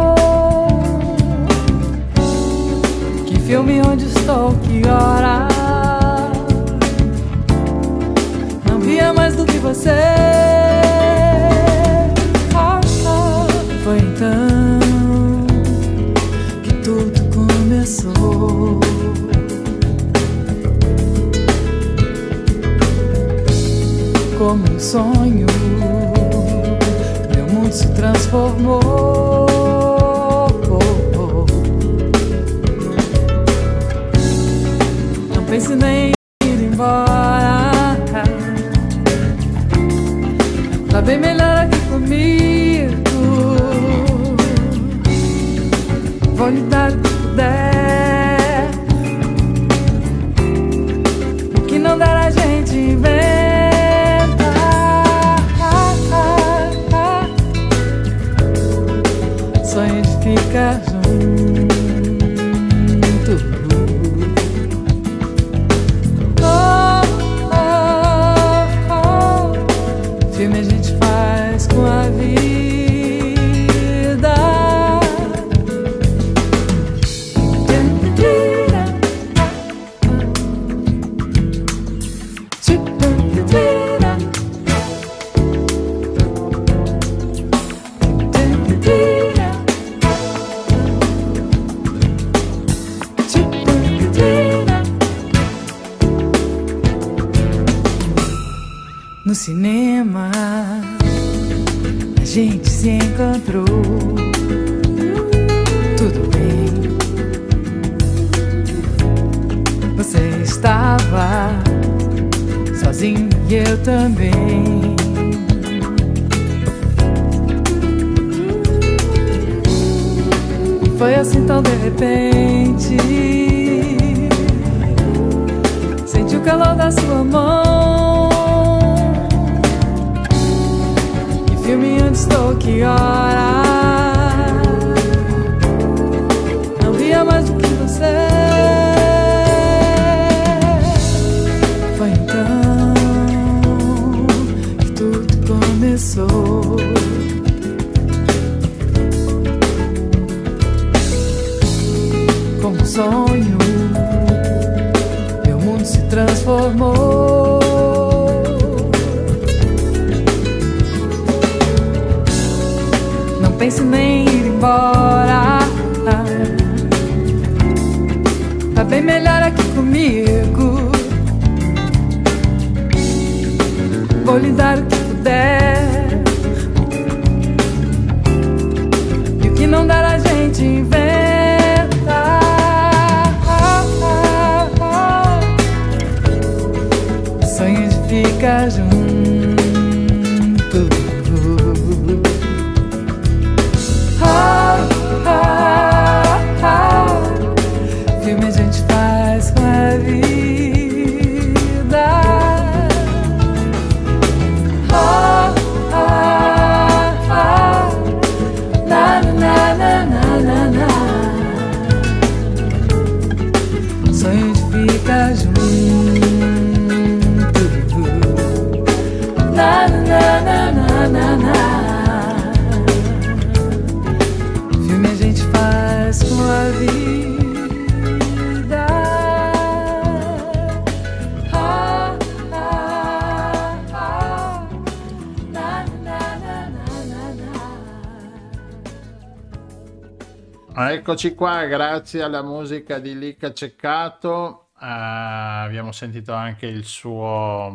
Filme onde estou, que hora? Não via mais do que você. Foi então que tudo começou. Como um sonho, meu mundo se transformou. Pense nem ir embora, tá bem melhor aqui comigo. Vou lhe dar o que puder, o que não der a gente inventa. Sonho de ficar junto. Filme a gente faz com a vida. No cinema a gente se encontrou, tudo bem. Você estava sozinho e eu também. Foi assim tão de repente, senti o calor da sua mão. Filme onde estou, que hora? Não via mais do que você. Foi então que tudo começou. Como um sonho, meu mundo se transformou. penso nem ir embora. Tá bem melhor aqui comigo. Vou lhe dar o que puder, e o que não dar a gente inventa. Sonho de ficar junto. Filme a gente faz com a vida. Na, na, na, na, na, na. Sonho de ficar junto. Na, na, na, na, na, na. Filme a gente faz com a vida. Eccoci qua, grazie alla musica di Licca Ceccato. Abbiamo sentito anche il suo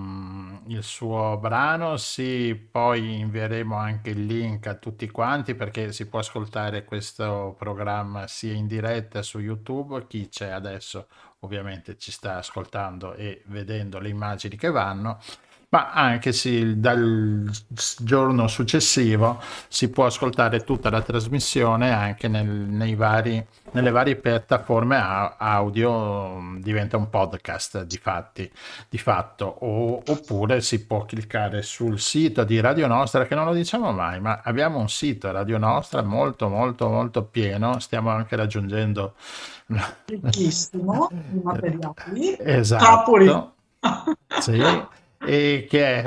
brano. Sì, poi invieremo anche il link a tutti quanti, perché si può ascoltare questo programma sia in diretta su YouTube. Chi c'è adesso ovviamente ci sta ascoltando e vedendo le immagini che vanno, ma anche dal giorno successivo si può ascoltare tutta la trasmissione anche nelle varie piattaforme audio. Diventa un podcast di fatto, oppure si può cliccare sul sito di Radio Nostra, che non lo diciamo mai, ma abbiamo un sito Radio Nostra molto molto molto pieno. Stiamo anche raggiungendo Ricchissimo di materiali. esatto, sì, e che è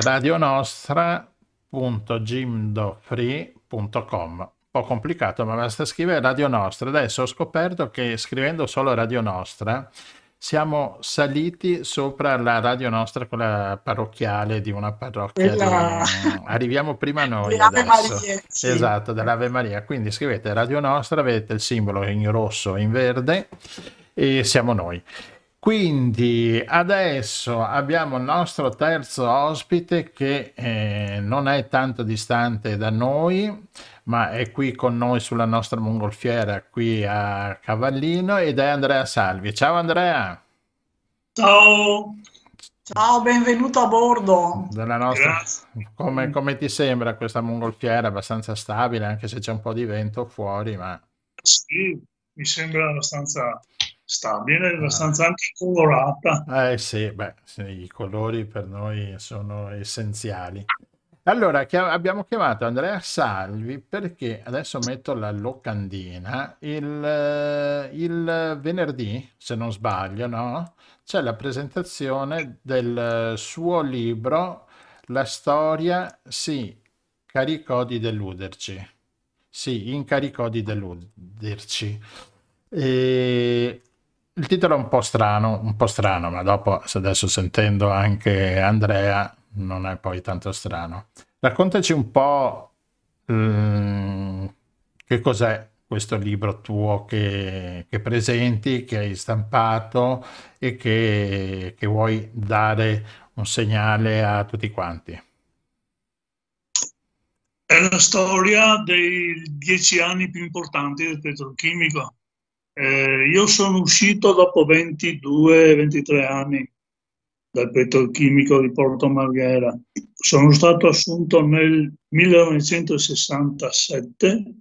radionostra.jimdofree.com. Un po' complicato, ma basta scrivere Radio Nostra. Adesso ho scoperto che scrivendo solo Radio Nostra siamo saliti sopra la Radio Nostra, quella parrocchiale di una parrocchia. Arriviamo prima noi adesso. Maria, sì. Esatto, dell'Ave Maria. Quindi scrivete Radio Nostra, vedete il simbolo in rosso e in verde e siamo noi. Quindi adesso abbiamo il nostro terzo ospite che non è tanto distante da noi, ma è qui con noi sulla nostra mongolfiera qui a Cavallino, ed è Andrea Salvi. Ciao Andrea! Ciao! Ciao, benvenuto a bordo. Della nostra... Come ti sembra questa mongolfiera? Abbastanza stabile, anche se c'è un po' di vento fuori, ma... Sì, mi sembra abbastanza stabile, abbastanza anche colorata. Sì, i colori per noi sono essenziali. Allora, abbiamo chiamato Andrea Salvi perché adesso metto la locandina. Il venerdì, se non sbaglio, no? C'è la presentazione del suo libro La storia si caricò di deluderci. Si incaricò di deluderci. E il titolo è un po' strano, ma dopo, adesso sentendo anche Andrea, non è poi tanto strano. Raccontaci un po' che cos'è questo libro tuo che presenti, che hai stampato e che vuoi dare un segnale a tutti quanti. È la storia dei 10 anni più importanti del petrolchimico. Io sono uscito dopo 22-23 anni dal petrolchimico di Porto Marghera. Sono stato assunto nel 1967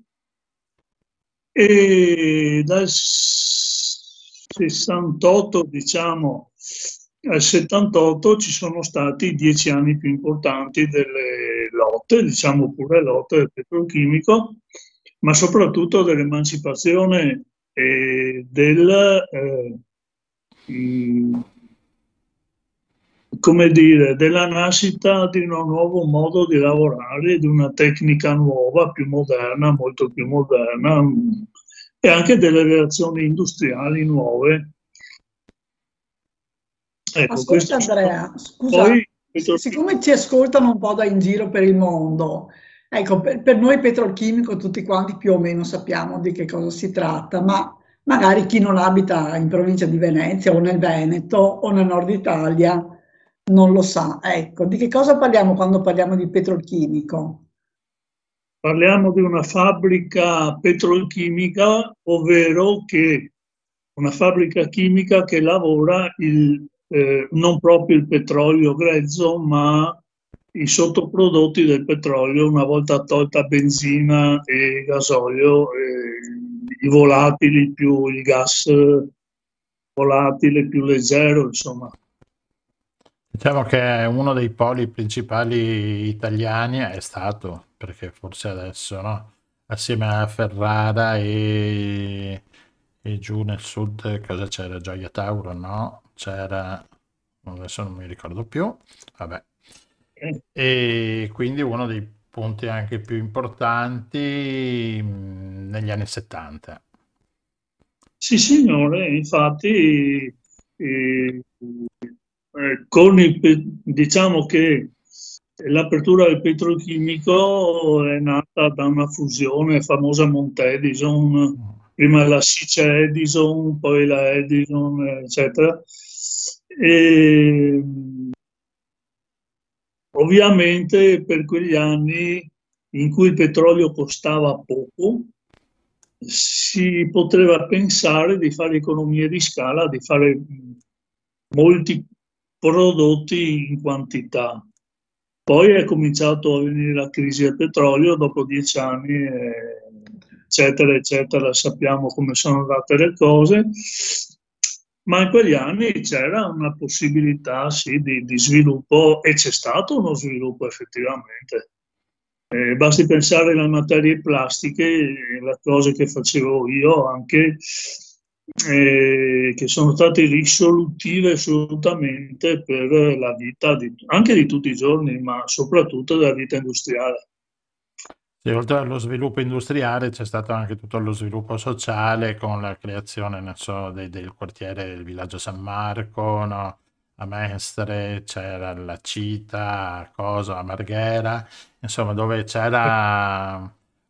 e dal 68, diciamo, al 78 ci sono stati i 10 anni più importanti delle lotte, diciamo pure lotte del petrolchimico, ma soprattutto dell'emancipazione e della nascita di un nuovo modo di lavorare, di una tecnica nuova, più moderna, molto più moderna, e anche delle relazioni industriali nuove. Ecco, ascolta Andrea, scusa, siccome ci ascoltano un po' da in giro per il mondo, Ecco, per noi petrolchimico tutti quanti più o meno sappiamo di che cosa si tratta, ma magari chi non abita in provincia di Venezia o nel Veneto o nel nord Italia non lo sa. Ecco, di che cosa parliamo quando parliamo di petrolchimico? Parliamo di una fabbrica petrolchimica, ovvero una fabbrica chimica che lavora non proprio il petrolio grezzo, ma i sottoprodotti del petrolio, una volta tolta benzina e gasolio, i volatili più il gas volatile più leggero, insomma. Diciamo che uno dei poli principali italiani è stato, perché forse adesso, no? Assieme a Ferrara e giù nel sud, cosa c'era? Gioia Tauro, no? C'era, adesso non mi ricordo più, vabbè. E quindi uno dei punti anche più importanti negli anni 70. Sì, signore, infatti diciamo che l'apertura del petrolchimico è nata da una fusione famosa Mont-Edison, prima la Sice Edison, poi la Edison, eccetera. E ovviamente per quegli anni in cui il petrolio costava poco, si poteva pensare di fare economie di scala, di fare molti prodotti in quantità. Poi è cominciato a venire la crisi del petrolio dopo 10 anni, eccetera, eccetera, sappiamo come sono andate le cose, ma in quegli anni c'era una possibilità sì, di sviluppo e c'è stato uno sviluppo effettivamente. Basti pensare alle materie plastiche, le cose che facevo io anche, che sono state risolutive assolutamente per la vita anche di tutti i giorni, ma soprattutto della vita industriale. Sì, oltre allo sviluppo industriale c'è stato anche tutto lo sviluppo sociale con la creazione, non so, del quartiere del villaggio San Marco, no? A Mestre c'era la Cita, a Coso, a Marghera, insomma, dove c'era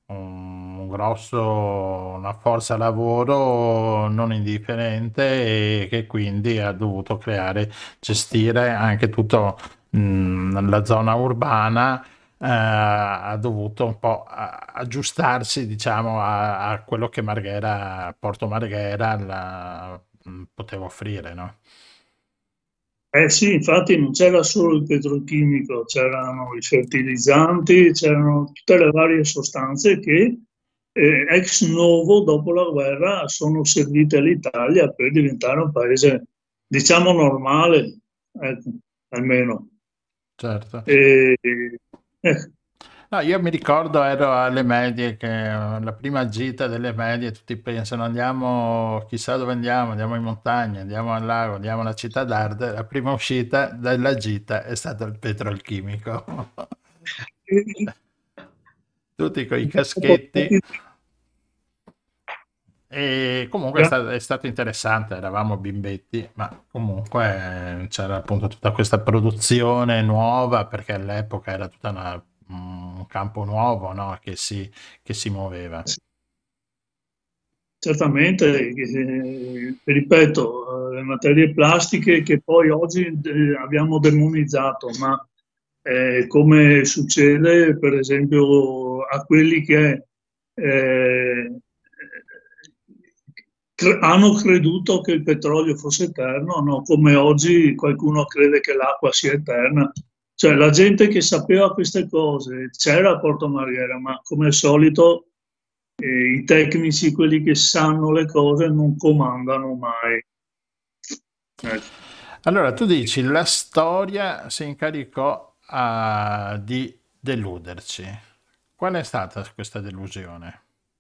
una forza lavoro non indifferente e che quindi ha dovuto gestire anche tutto la zona urbana. Ha dovuto un po' aggiustarsi, diciamo, a quello che Porto Marghera poteva offrire, no? Sì, infatti non c'era solo il petrolchimico, c'erano i fertilizzanti, c'erano tutte le varie sostanze che ex novo dopo la guerra sono servite all'Italia per diventare un paese, diciamo, normale, ecco, almeno. Certo. No, io mi ricordo, ero alle medie, che la prima gita delle medie tutti pensano andiamo, chissà dove andiamo in montagna, andiamo al lago, andiamo alla città d'arte. La prima uscita della gita è stato il petrolchimico. Tutti con i caschetti. E comunque è stato interessante, eravamo bimbetti, ma comunque c'era appunto tutta questa produzione nuova, perché all'epoca era tutta un campo nuovo, no? che si muoveva. Certamente, ripeto, le materie plastiche che poi oggi abbiamo demonizzato, ma come succede per esempio a quelli che hanno creduto che il petrolio fosse eterno, no? Come oggi qualcuno crede che l'acqua sia eterna. Cioè la gente che sapeva queste cose c'era a Porto Marghera, ma come al solito i tecnici, quelli che sanno le cose, non comandano mai. Allora, tu dici, la storia si incaricò di deluderci. Qual è stata questa delusione?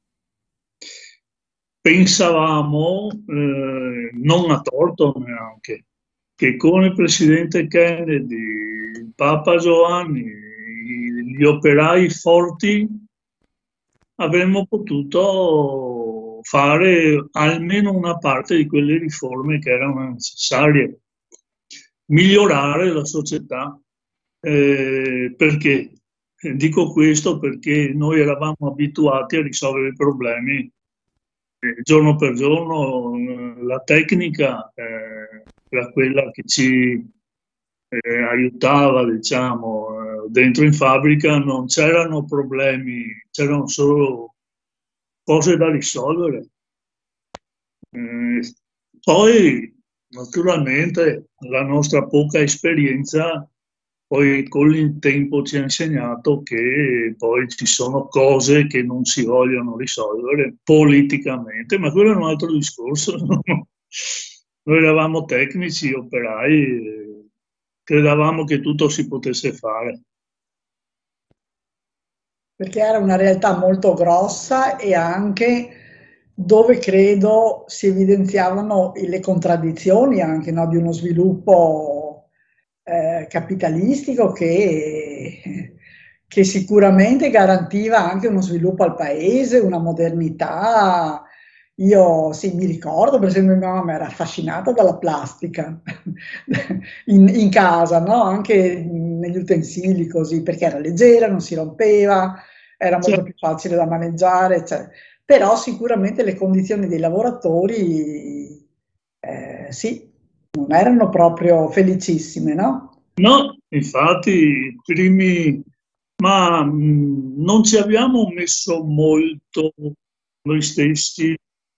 Pensavamo, non a torto neanche, che con il presidente Kennedy, il Papa Giovanni, gli operai forti, avremmo potuto fare almeno una parte di quelle riforme che erano necessarie, migliorare la società. Perché? Dico questo perché noi eravamo abituati a risolvere i problemi giorno per giorno. La tecnica era quella che ci aiutava, diciamo, dentro in fabbrica non c'erano problemi, c'erano solo cose da risolvere. Poi, naturalmente, la nostra poca esperienza poi con il tempo ci ha insegnato che poi ci sono cose che non si vogliono risolvere politicamente, ma quello è un altro discorso. Noi eravamo tecnici, operai, credevamo che tutto si potesse fare. Perché era una realtà molto grossa e anche dove credo si evidenziavano le contraddizioni anche, no, di uno sviluppo capitalistico che sicuramente garantiva anche uno sviluppo al paese, una modernità. Io sì, mi ricordo, per esempio, mia mamma era affascinata dalla plastica in casa, no? Anche negli utensili così, perché era leggera, non si rompeva, era molto più facile da maneggiare, eccetera. Però sicuramente le condizioni dei lavoratori, sì, non erano proprio felicissime, no? No, infatti, i primi, ma non ci abbiamo messo molto noi stessi,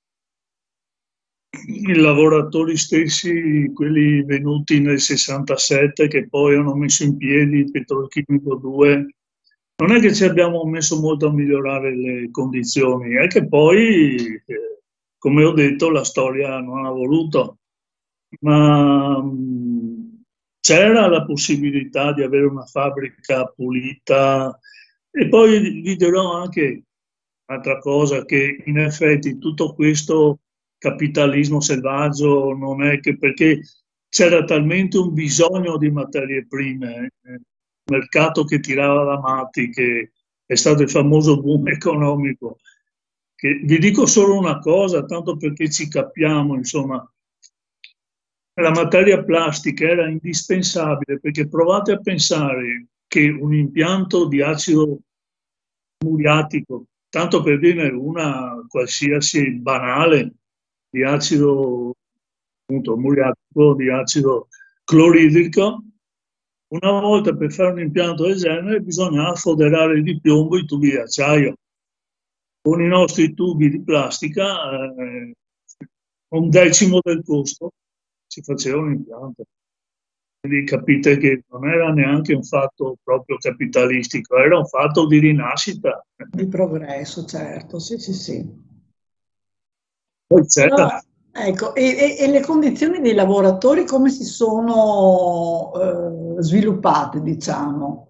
i lavoratori stessi, quelli venuti nel 67 che poi hanno messo in piedi il Petrolchimico 2, non è che ci abbiamo messo molto a migliorare le condizioni, è che poi, come ho detto, la storia non ha voluto, ma c'era la possibilità di avere una fabbrica pulita. E poi vi dirò anche un'altra cosa, che in effetti tutto questo capitalismo selvaggio non è che perché c'era talmente un bisogno di materie prime, un mercato che tirava la matti, che è stato il famoso boom economico, che vi dico solo una cosa, tanto perché ci capiamo, insomma, la materia plastica era indispensabile, perché provate a pensare che un impianto di acido muriatico, tanto per dire una qualsiasi banale di acido appunto, muriatico, di acido cloridrico, una volta per fare un impianto del genere bisognava foderare di piombo i tubi di acciaio. Con i nostri tubi di plastica, un decimo del costo, si faceva un impianto. Quindi capite che non era neanche un fatto proprio capitalistico, era un fatto di rinascita. Di progresso, certo, sì, sì, sì. Poi c'era. No, ecco, e le condizioni dei lavoratori come si sono sviluppate, diciamo?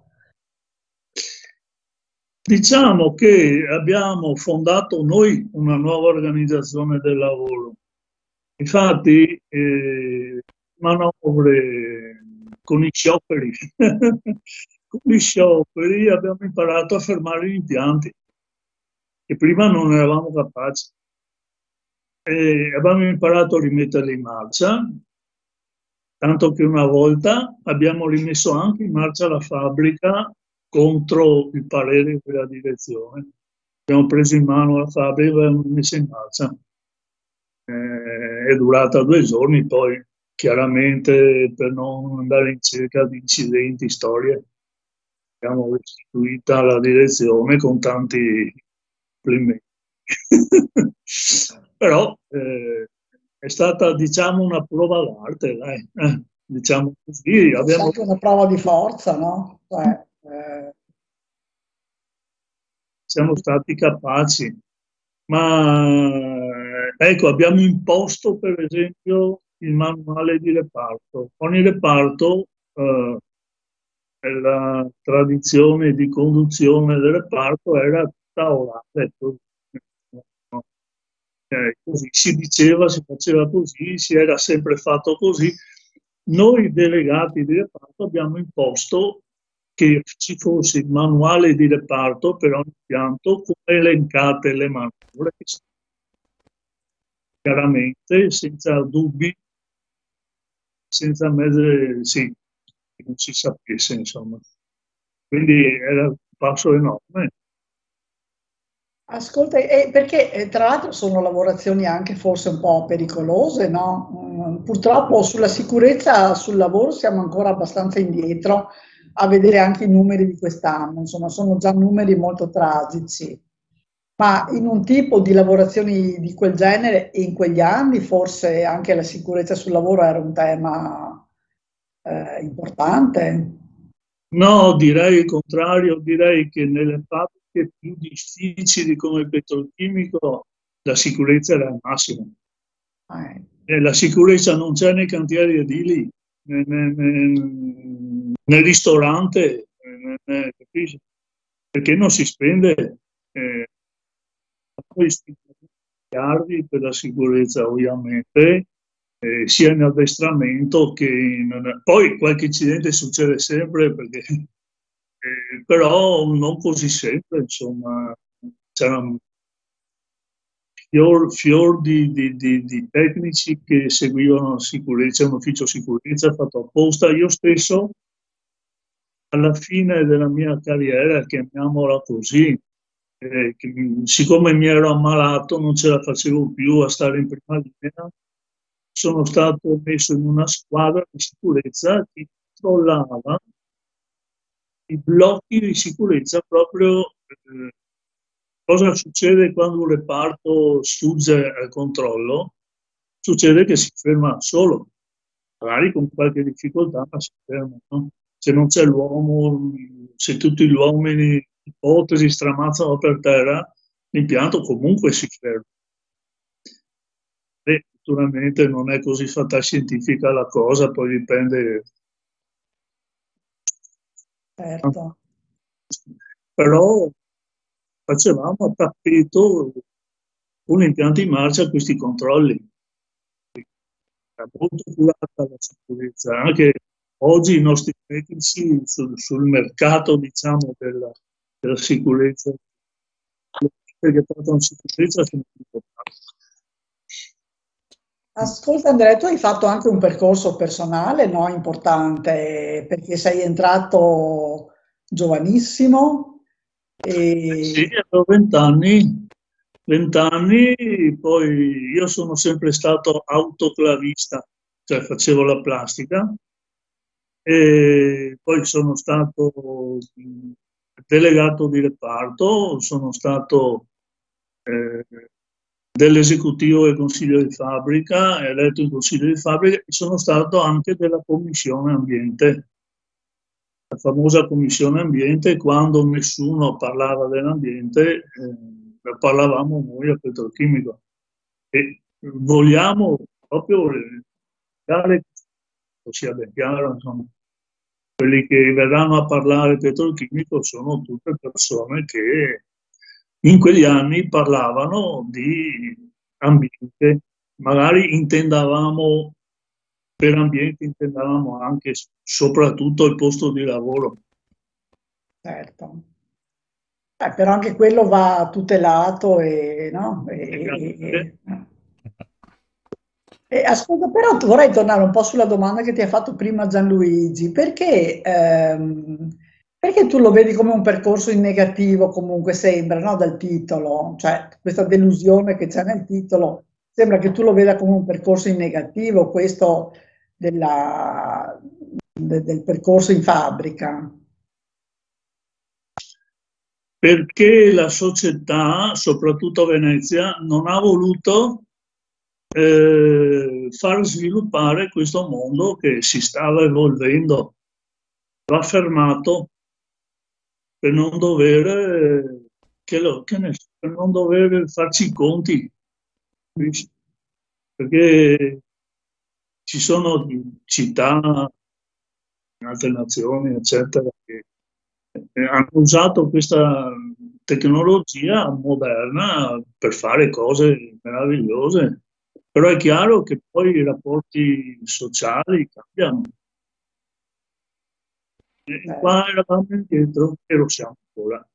Diciamo che abbiamo fondato noi una nuova organizzazione del lavoro. Infatti, manovre con i scioperi, con gli scioperi abbiamo imparato a fermare gli impianti, che prima non eravamo capaci. Abbiamo imparato a rimetterli in marcia, tanto che una volta abbiamo rimesso anche in marcia la fabbrica contro il parere della direzione. Abbiamo preso in mano la fabbrica e l'abbiamo messa in marcia. È durata 2 giorni, poi chiaramente per non andare in cerca di incidenti, storie, abbiamo restituita alla direzione con tanti complimenti. Però è stata, diciamo, una prova d'arte, dai. Diciamo così. È anche una prova di forza, no? Siamo stati capaci, ma ecco, abbiamo imposto per esempio il manuale di reparto. Ogni reparto, la tradizione di conduzione del reparto era tutta orale. Così si diceva, si faceva così, si era sempre fatto così. Noi delegati di reparto abbiamo imposto che ci fosse il manuale di reparto per ogni impianto con elencate le manovre, chiaramente, senza dubbi, senza mezze, sì, che non si sapesse, insomma. Quindi era passo enorme. Ascolta, perché tra l'altro sono lavorazioni anche forse un po' pericolose, no? Purtroppo sulla sicurezza sul lavoro siamo ancora abbastanza indietro a vedere anche i numeri di quest'anno, insomma, sono già numeri molto tragici. Ma in un tipo di lavorazioni di quel genere e in quegli anni forse anche la sicurezza sul lavoro era un tema importante. No, direi il contrario, direi che nelle fabbriche più difficili come il petrolchimico la sicurezza era il massimo. E la sicurezza non c'è nei cantieri edili, nel ristorante, capisci? Perché non si spende miliardi per la sicurezza, ovviamente, sia in addestramento che in... Poi qualche incidente succede sempre, perché, però non così sempre, insomma. C'erano fior di tecnici che seguivano la sicurezza, un ufficio sicurezza fatto apposta. Io stesso, alla fine della mia carriera, chiamiamola così, siccome mi ero ammalato, non ce la facevo più a stare in prima linea, sono stato messo in una squadra di sicurezza che controllava i blocchi di sicurezza proprio. Cosa succede quando un reparto sfugge al controllo? Succede che si ferma solo, magari con qualche difficoltà, ma si ferma, no? Se non c'è l'uomo, se tutti gli uomini, ipotesi, stramazzano per terra, l'impianto comunque si ferma. E naturalmente non è così fantascientifica la cosa, poi dipende. Certo. Però facevamo a tappeto con l'impianto in marcia questi controlli. Era molto curata la sicurezza, anche oggi i nostri tecnici sul mercato, diciamo, della sicurezza, perché trattano sicurezza sono importanti. Ascolta Andrea, tu hai fatto anche un percorso personale, no? Importante, perché sei entrato giovanissimo. Sì, avevo 20 anni, poi io sono sempre stato autoclavista, cioè facevo la plastica, e poi sono stato delegato di reparto, sono stato dell'esecutivo del consiglio di fabbrica, eletto in consiglio di fabbrica, e sono stato anche della commissione ambiente, la famosa commissione ambiente. Quando nessuno parlava dell'ambiente, parlavamo noi a Petrolchimico, e vogliamo proprio dare, sia ben chiaro, insomma, quelli che verranno a parlare Petrolchimico sono tutte persone che in quegli anni parlavano di ambiente. Magari intendavamo, per ambiente intendavamo anche soprattutto il posto di lavoro. Certo. Però anche quello va tutelato no? Ascolta, però vorrei tornare un po' sulla domanda che ti ha fatto prima Gianluigi, perché tu lo vedi come un percorso in negativo, comunque sembra, no? Dal titolo, cioè questa delusione che c'è nel titolo, sembra che tu lo veda come un percorso in negativo, questo del percorso in fabbrica. Perché la società, soprattutto a Venezia, non ha voluto far sviluppare questo mondo che si stava evolvendo. L'ha fermato per non dover, per non dover farci i conti, perché ci sono città in altre nazioni, eccetera, che hanno usato questa tecnologia moderna per fare cose meravigliose. Però è chiaro che poi i rapporti sociali cambiano. E qua eravamo indietro e lo siamo ancora.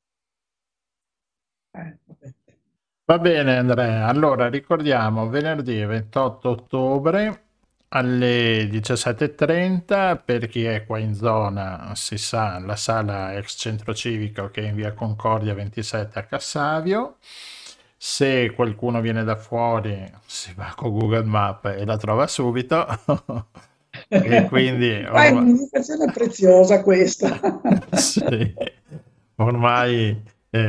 Va bene Andrea, allora ricordiamo venerdì 28 ottobre alle 17:30. Per chi è qua in zona, si sa, la sala ex centro civico che è in via Concordia 27 a Cassavio. Se qualcuno viene da fuori, si va con Google Maps e la trova subito. E quindi Qua è un'indicazione preziosa questa. sì, ormai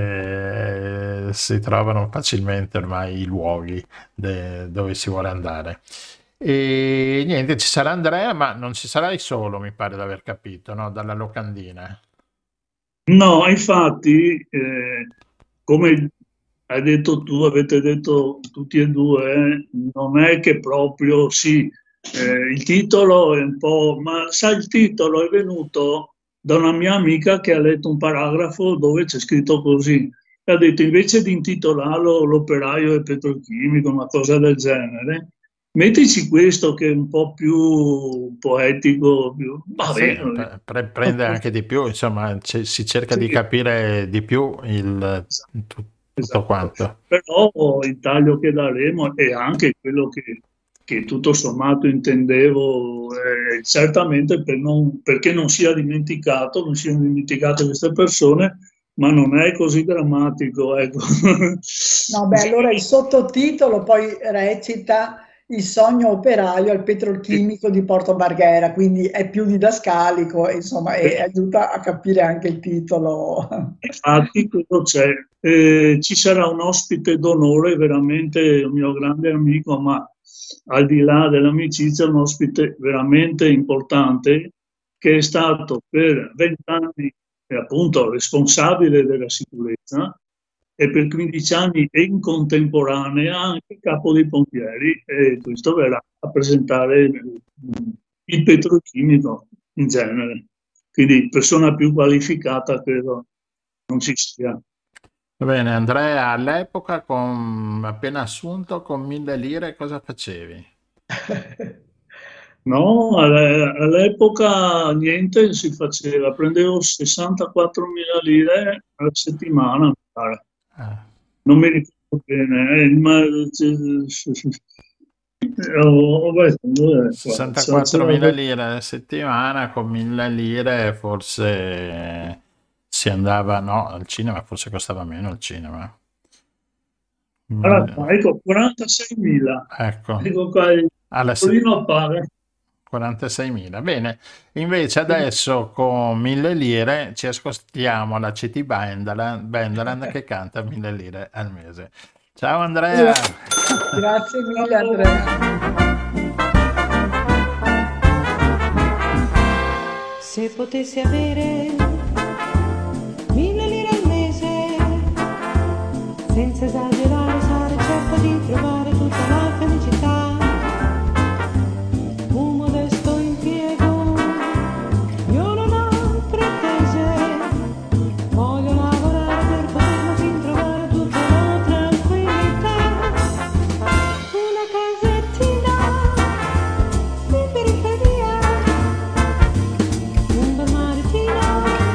si trovano facilmente ormai i luoghi dove si vuole andare. E niente, ci sarà Andrea, ma non ci sarai solo, mi pare di aver capito, no? Dalla locandina. No, infatti, come hai detto tu, avete detto tutti e due, non è che proprio sì, il titolo è un po', ma sai, il titolo è venuto da una mia amica che ha letto un paragrafo dove c'è scritto così. E ha detto, invece di intitolarlo L'operaio e petrolchimico, una cosa del genere, mettici questo che è un po' più poetico, va Sì, bene. prende anche di più, insomma, si cerca di Sì, capire di più tutto esatto. quanto. Però il taglio che daremo è anche quello che tutto sommato intendevo, certamente perché non siano dimenticate queste persone, ma non è così drammatico, ecco. No, beh, allora il sottotitolo poi recita Il sogno operaio al petrolchimico di Porto Marghera, quindi è più didascalico, insomma, e aiuta a capire anche il titolo. Infatti, quello c'è. Ci sarà un ospite d'onore, veramente un mio grande amico, ma al di là dell'amicizia, un ospite veramente importante che è stato per 20 anni appunto responsabile della sicurezza e per 15 anni e in contemporanea anche capo dei pompieri, e questo verrà a presentare il petrolchimico in genere. Quindi persona più qualificata credo non ci sia. Va bene, Andrea, all'epoca appena assunto con 1.000 lire cosa facevi? No, all'epoca niente si faceva, prendevo 64.000 lire alla settimana, mi pare. Ah, Non mi ricordo bene, ma beh, 64.000 lire alla settimana, con 1.000 lire forse si andava, no, al cinema, forse costava meno il cinema. allora, ecco, 46.000. Ecco, Ecco qua, il alla piccolino appare. 46.000. Bene, invece adesso con 1.000 lire ci ascoltiamo la CT Bendaland che canta 1.000 lire al mese. Ciao Andrea! Grazie mille Andrea. Se potessi avere 1.000 lire al mese, senza esagerare sarei certa di trovare tutta la felicità. Un modesto impiego, io non ho pretese, voglio lavorare per poterlo fin trovare tutta la tranquillità. Una casettina in periferia, un bel maritino,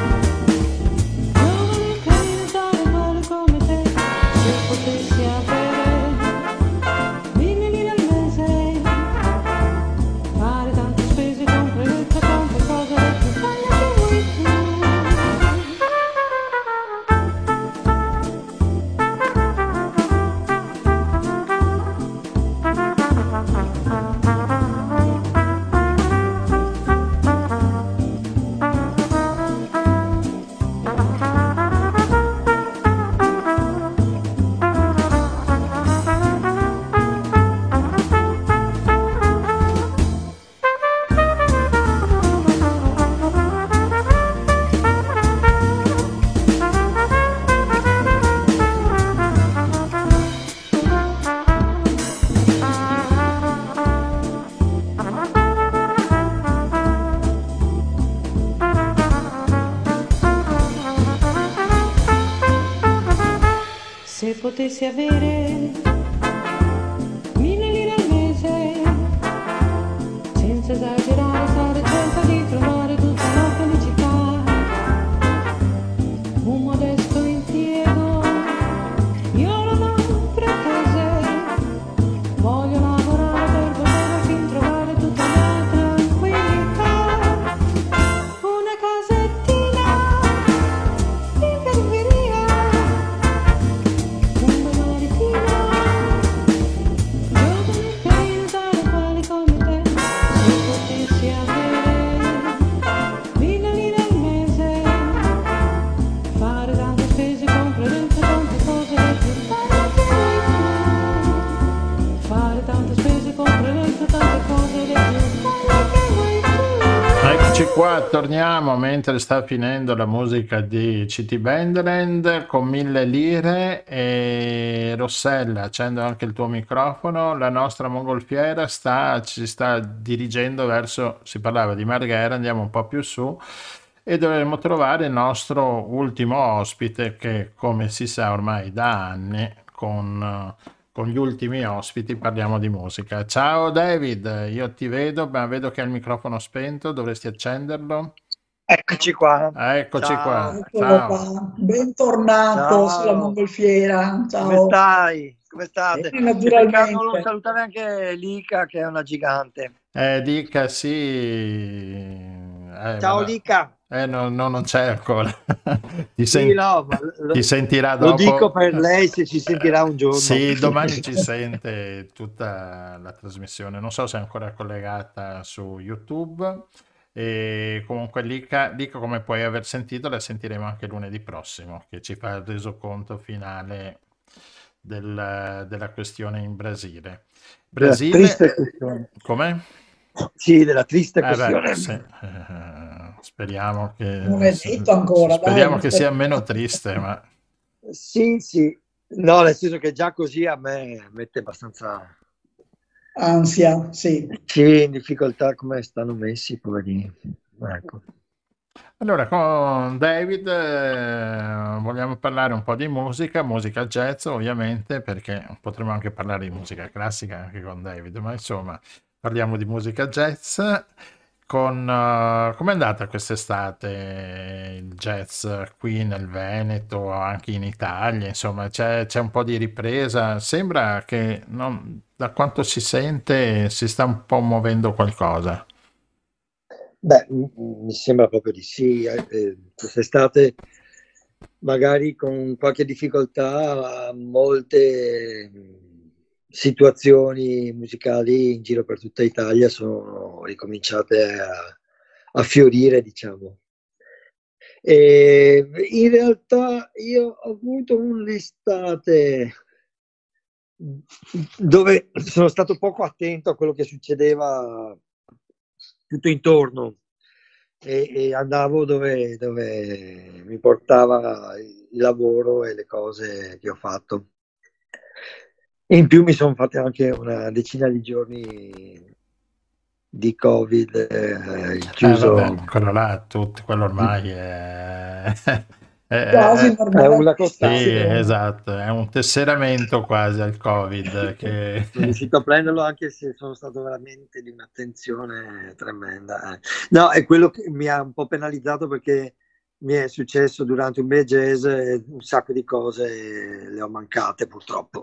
giovane e carino, tale quale come te. Se potessi avere 1.000 lire al mese, fare tante spese con credetta, con qualcosa da più, quello che vuoi tu. Se potessi avere 1.000 lire al mese, senza esagerare sarei certa di trovare tutta la felicità. Un modesto impiego, io non ho pretese, voglio lavorare per poter fin trovare tutta Eccoci qua, torniamo mentre sta finendo la musica di City Bandland con 1000 lire. E Rossella, accendo anche il tuo microfono. La nostra mongolfiera ci sta dirigendo verso, si parlava di Marghera, andiamo un po' più su e dovremo trovare il nostro ultimo ospite che, come si sa ormai da anni, con gli ultimi ospiti parliamo di musica. Ciao David, io ti vedo, ma vedo che hai il microfono spento, dovresti accenderlo. Eccoci qua. Eccoci Ciao. qua. Eccolo Ciao. qua. Bentornato sulla Ciao. mongolfiera. Ciao. Come stai? Come state? Bene, E peccato non naturalmente. salutare anche Lica, che è una gigante. Dica sì. Ciao ma Lica. no, non c'è ancora. Ti, Sì, no, ma ti sentirà lo dopo. dico per lei, se ci sentirà un giorno. Sì, domani ci sente tutta la trasmissione. Non so se è ancora collegata su YouTube. E comunque Lica, come puoi aver sentito, la sentiremo anche lunedì prossimo, che ci fa il resoconto finale della questione in Brasile. Della triste questione. Com'è? Sì, della triste questione. Sì. Speriamo che Non è detto ancora, speriamo dai. che sia meno triste, ma Sì, no, nel senso che già così a me mette abbastanza ansia, sì. Sì, in difficoltà come stanno messi, poverini. Ecco. Allora, con David vogliamo parlare un po' di musica jazz ovviamente, perché potremmo anche parlare di musica classica anche con David, ma insomma parliamo di musica jazz. Com'è andata quest'estate il jazz qui nel Veneto, anche in Italia? Insomma, c'è un po' di ripresa. Sembra che da quanto si sente si sta un po' muovendo qualcosa. Beh, mi sembra proprio di sì. Quest'estate, magari con qualche difficoltà, molte situazioni musicali in giro per tutta Italia sono ricominciate a fiorire, diciamo. E in realtà io ho avuto un'estate dove sono stato poco attento a quello che succedeva tutto intorno e andavo dove mi portava il lavoro e le cose che ho fatto. In più mi sono fatte anche una decina di giorni di Covid chiuso. Vabbè, quello là, quello ormai è Quasi normale. una costante. Sì, esatto, è un tesseramento quasi al Covid che Sono riuscito a prenderlo anche se sono stato veramente di un'attenzione tremenda. No, è quello che mi ha un po' penalizzato, perché mi è successo durante un bel jazz e un sacco di cose le ho mancate purtroppo.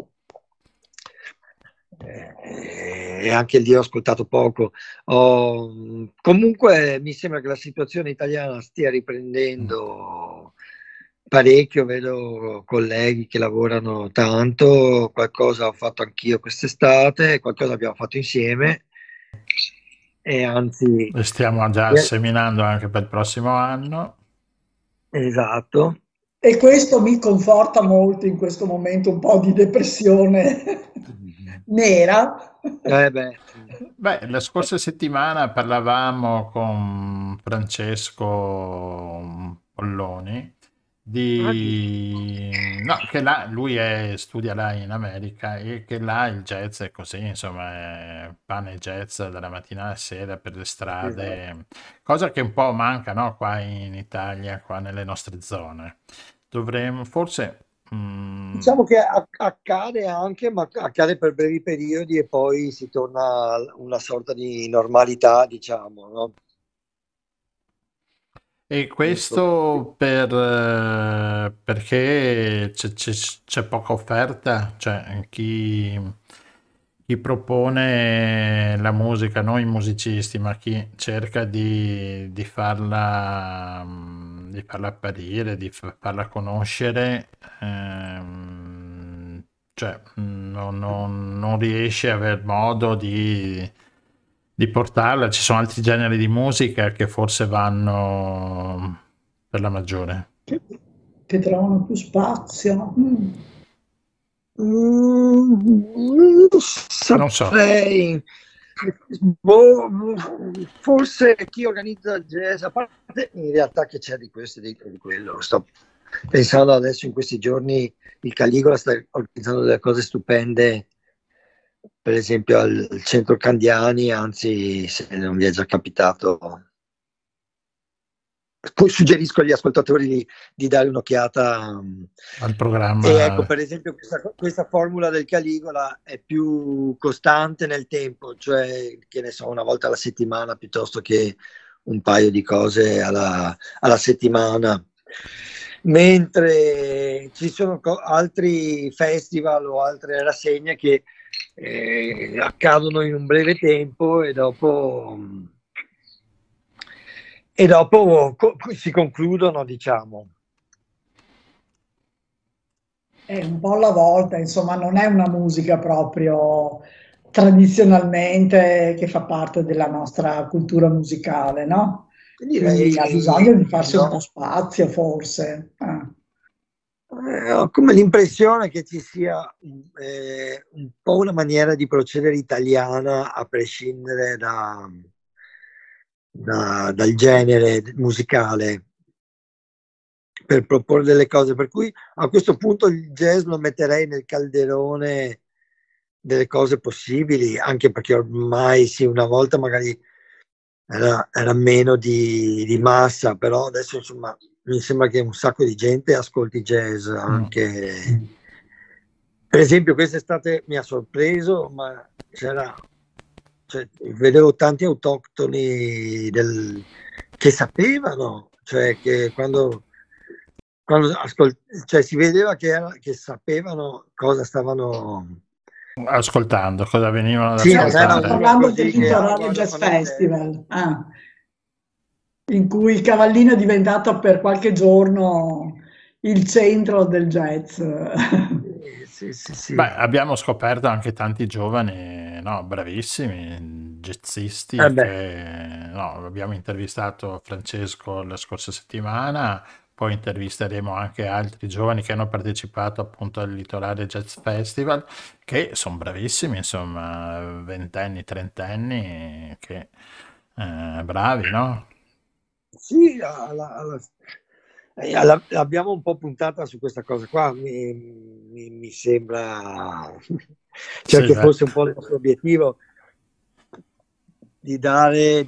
E anche lì ho ascoltato poco. Comunque mi sembra che la situazione italiana stia riprendendo parecchio, vedo colleghi che lavorano tanto, qualcosa ho fatto anch'io quest'estate, qualcosa abbiamo fatto insieme e anzi stiamo già seminando anche per il prossimo anno. Esatto. E questo mi conforta molto in questo momento un po' di depressione nera. Beh, la scorsa settimana parlavamo con Francesco Polloni che là lui studia là in America e che là il jazz è così, insomma, è pane jazz dalla mattina alla sera per le strade, esatto. Cosa che un po' manca, no, qua in Italia, qua nelle nostre zone. Dovremmo forse diciamo che accade anche, ma accade per brevi periodi e poi si torna a una sorta di normalità, diciamo, no? E questo perché c'è poca offerta, cioè chi propone la musica, non i musicisti, ma chi cerca di farla apparire, di farla conoscere, cioè non riesce a aver modo di portarla. Ci sono altri generi di musica che forse vanno per la maggiore, che trovano più spazio. Non so. Boh, forse chi organizza il jazz, a parte in realtà che c'è di questo e di quello, sto pensando adesso in questi giorni, il Caligola sta organizzando delle cose stupende, per esempio al centro Candiani, anzi se non vi è già capitato, poi suggerisco agli ascoltatori di dare un'occhiata. Al programma. E ecco, per esempio, questa formula del Caligola è più costante nel tempo, cioè, che ne so, una volta alla settimana piuttosto che un paio di cose alla settimana. Mentre ci sono altri festival o altre rassegne che accadono in un breve tempo e dopo si concludono, diciamo. È un po' alla volta, insomma, non è una musica proprio tradizionalmente che fa parte della nostra cultura musicale, no? Quindi ha bisogno di farsi un po' spazio, forse. Ho come l'impressione che ci sia un po' una maniera di procedere italiana a prescindere dal genere musicale per proporre delle cose, per cui a questo punto il jazz lo metterei nel calderone delle cose possibili, anche perché ormai sì, una volta magari era meno di massa, però adesso insomma mi sembra che un sacco di gente ascolti jazz anche. Per esempio quest'estate mi ha sorpreso, ma vedevo tanti autoctoni che sapevano, cioè che quando si vedeva che sapevano cosa stavano ascoltando, cosa venivano ad Sì, ascoltare. stiamo parlando del Litorale Jazz Festival, in cui il Cavallino è diventato per qualche giorno il centro del jazz. Sì. Beh, abbiamo scoperto anche tanti giovani, no, bravissimi, jazzisti, abbiamo intervistato Francesco la scorsa settimana, poi intervisteremo anche altri giovani che hanno partecipato appunto al Litorale Jazz Festival, che sono bravissimi, insomma, ventenni, trentenni, che bravi, no? Sì, l'abbiamo un po' puntata su questa cosa qua, mi sembra che fosse un po' il nostro obiettivo di dare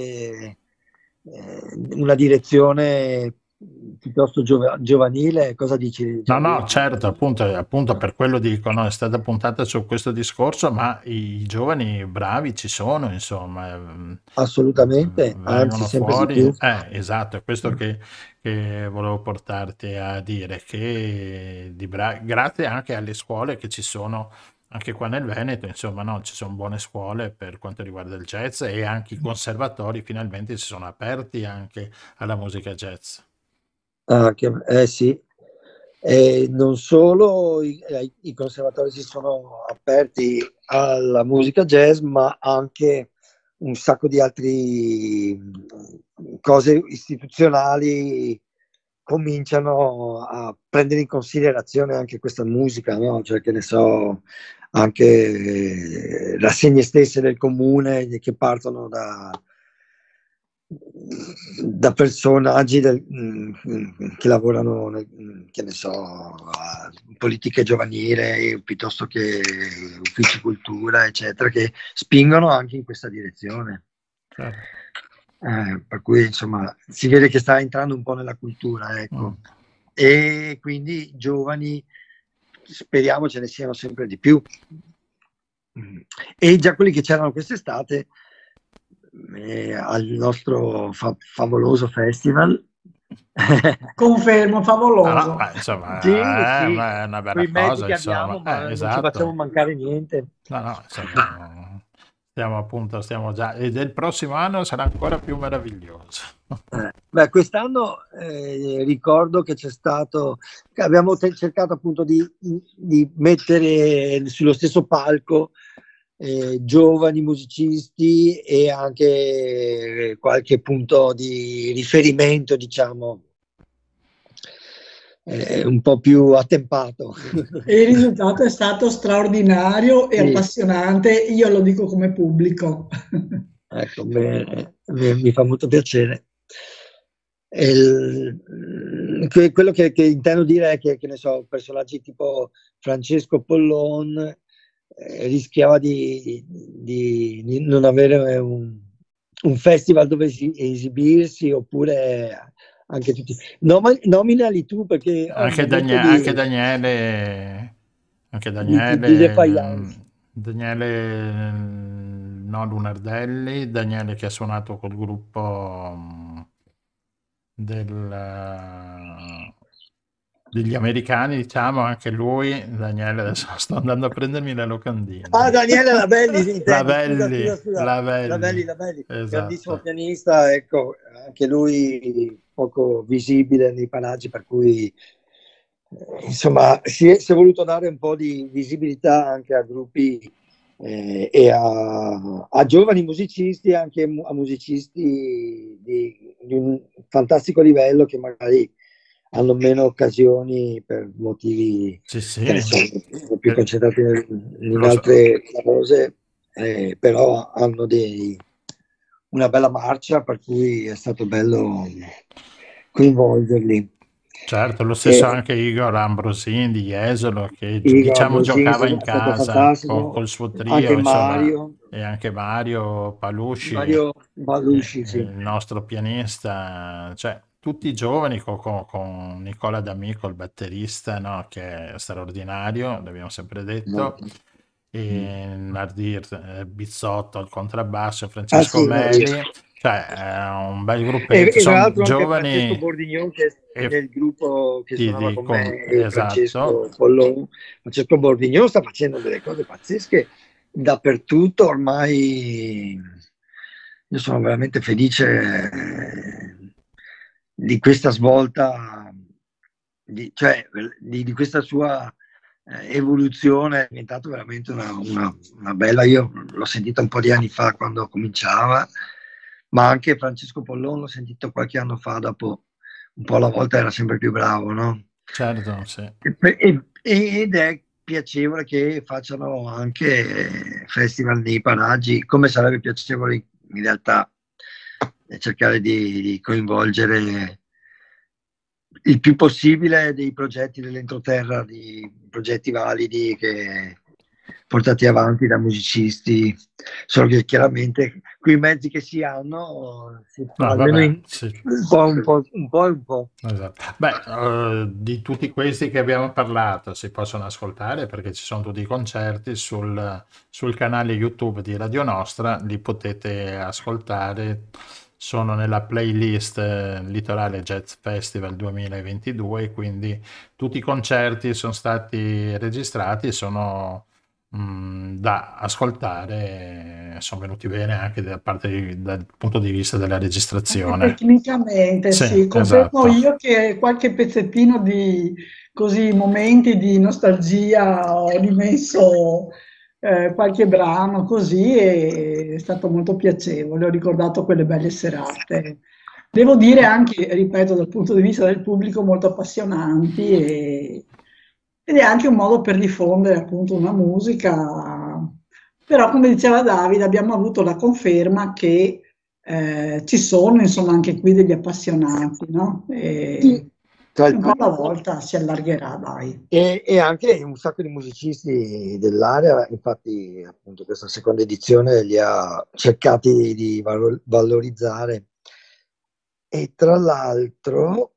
una direzione piuttosto giovanile. Cosa dici? No, certo, appunto per quello dico, no, è stata puntata su questo discorso, ma i giovani bravi ci sono, insomma, assolutamente, vengono anzi sempre fuori, di più. Esatto, è questo che volevo portarti a dire, che grazie anche alle scuole che ci sono anche qua nel Veneto, insomma, no, ci sono buone scuole per quanto riguarda il jazz e anche i conservatori finalmente si sono aperti anche alla musica jazz. Sì. Non solo i conservatori si sono aperti alla musica jazz, ma anche un sacco di altre cose istituzionali cominciano a prendere in considerazione anche questa musica, no? Cioè, che ne so, anche rassegne stesse del comune che partono da personaggi che lavorano, che ne so, politiche giovanili piuttosto che uffici cultura, eccetera, che spingono anche in questa direzione. Per cui insomma si vede che sta entrando un po' nella cultura, ecco. E quindi giovani speriamo ce ne siano sempre di più. E già quelli che c'erano quest'estate al nostro favoloso festival. Confermo, favoloso. Insomma, sì. È una bella cosa, che insomma. Abbiamo, ma esatto. non ci facciamo mancare niente. No, insomma, stiamo già, e del prossimo anno sarà ancora più meraviglioso. Quest'anno ricordo che abbiamo cercato appunto di mettere sullo stesso palco giovani musicisti e anche qualche punto di riferimento, diciamo, un po' più attempato. E il risultato è stato straordinario e Sì. appassionante, io lo dico come pubblico. Ecco, mi fa molto piacere. Quello che intendo dire è che ne so, personaggi tipo Francesco Pollon rischiava di non avere un festival dove esibirsi, oppure anche tutti. Nominali tu, perché ho un Anche momento Daniele, di defiance. no, Lunardelli, Daniele che ha suonato col gruppo degli americani, diciamo, anche lui, Daniele, adesso sto andando a prendermi le locandine. Daniele Lavelli, sì, Lavelli, scusa. Lavelli, Grandissimo esatto. pianista, ecco, anche lui poco visibile nei paraggi, per cui insomma si è voluto dare un po' di visibilità anche a gruppi e a giovani musicisti, anche a musicisti di un fantastico livello, che magari hanno meno occasioni per motivi Sì, che ne sono più concentrati in altre cose, però hanno una bella marcia, per cui è stato bello coinvolgerli. Certo, lo stesso anche Igor Ambrosin di Jesolo, che Igor diciamo Ambrosin giocava in è stato casa fantastico, col suo trio, anche insomma, Mario e anche Mario Palusci, sì. il nostro pianista, cioè tutti giovani con Nicola D'Amico, il batterista, no, che è straordinario, l'abbiamo sempre detto, e Nardir Bizzotto al contrabbasso, Francesco sì, Meli, cioè è un bel gruppetto, e tra sono l'altro anche giovani Francesco Bordignon, che è nel gruppo che suonava con me, e esatto. Francesco Pollon. Francesco Bordignon sta facendo delle cose pazzesche dappertutto ormai. Io sono veramente felice di questa svolta, di questa sua evoluzione. È diventato veramente una bella. Io l'ho sentita un po' di anni fa quando cominciava, ma anche Francesco Pollon l'ho sentito qualche anno fa, dopo un po' alla volta era sempre più bravo, no? Certo, sì. Ed è piacevole che facciano anche festival nei paraggi, come sarebbe piacevole in realtà cercare di coinvolgere il più possibile dei progetti dell'entroterra, di progetti validi che portati avanti da musicisti, solo che chiaramente quei mezzi che si hanno si fa almeno un po'. Esatto. Beh, di tutti questi che abbiamo parlato si possono ascoltare, perché ci sono tutti i concerti sul canale YouTube di Radio Nostra, li potete ascoltare, sono nella playlist Litorale Jazz Festival 2022, quindi tutti i concerti sono stati registrati e sono da ascoltare, sono venuti bene anche dal punto di vista della registrazione. Anche tecnicamente, sì, confermo io che qualche pezzettino di così momenti di nostalgia ho rimesso qualche brano così, e è stato molto piacevole, ho ricordato quelle belle serate. Devo dire anche, ripeto, dal punto di vista del pubblico molto appassionanti, ed è anche un modo per diffondere appunto una musica, però come diceva Davide abbiamo avuto la conferma che ci sono insomma anche qui degli appassionati, no? E un po' alla volta si allargherà, dai. E anche un sacco di musicisti dell'area, infatti appunto questa seconda edizione li ha cercati di valorizzare. E tra l'altro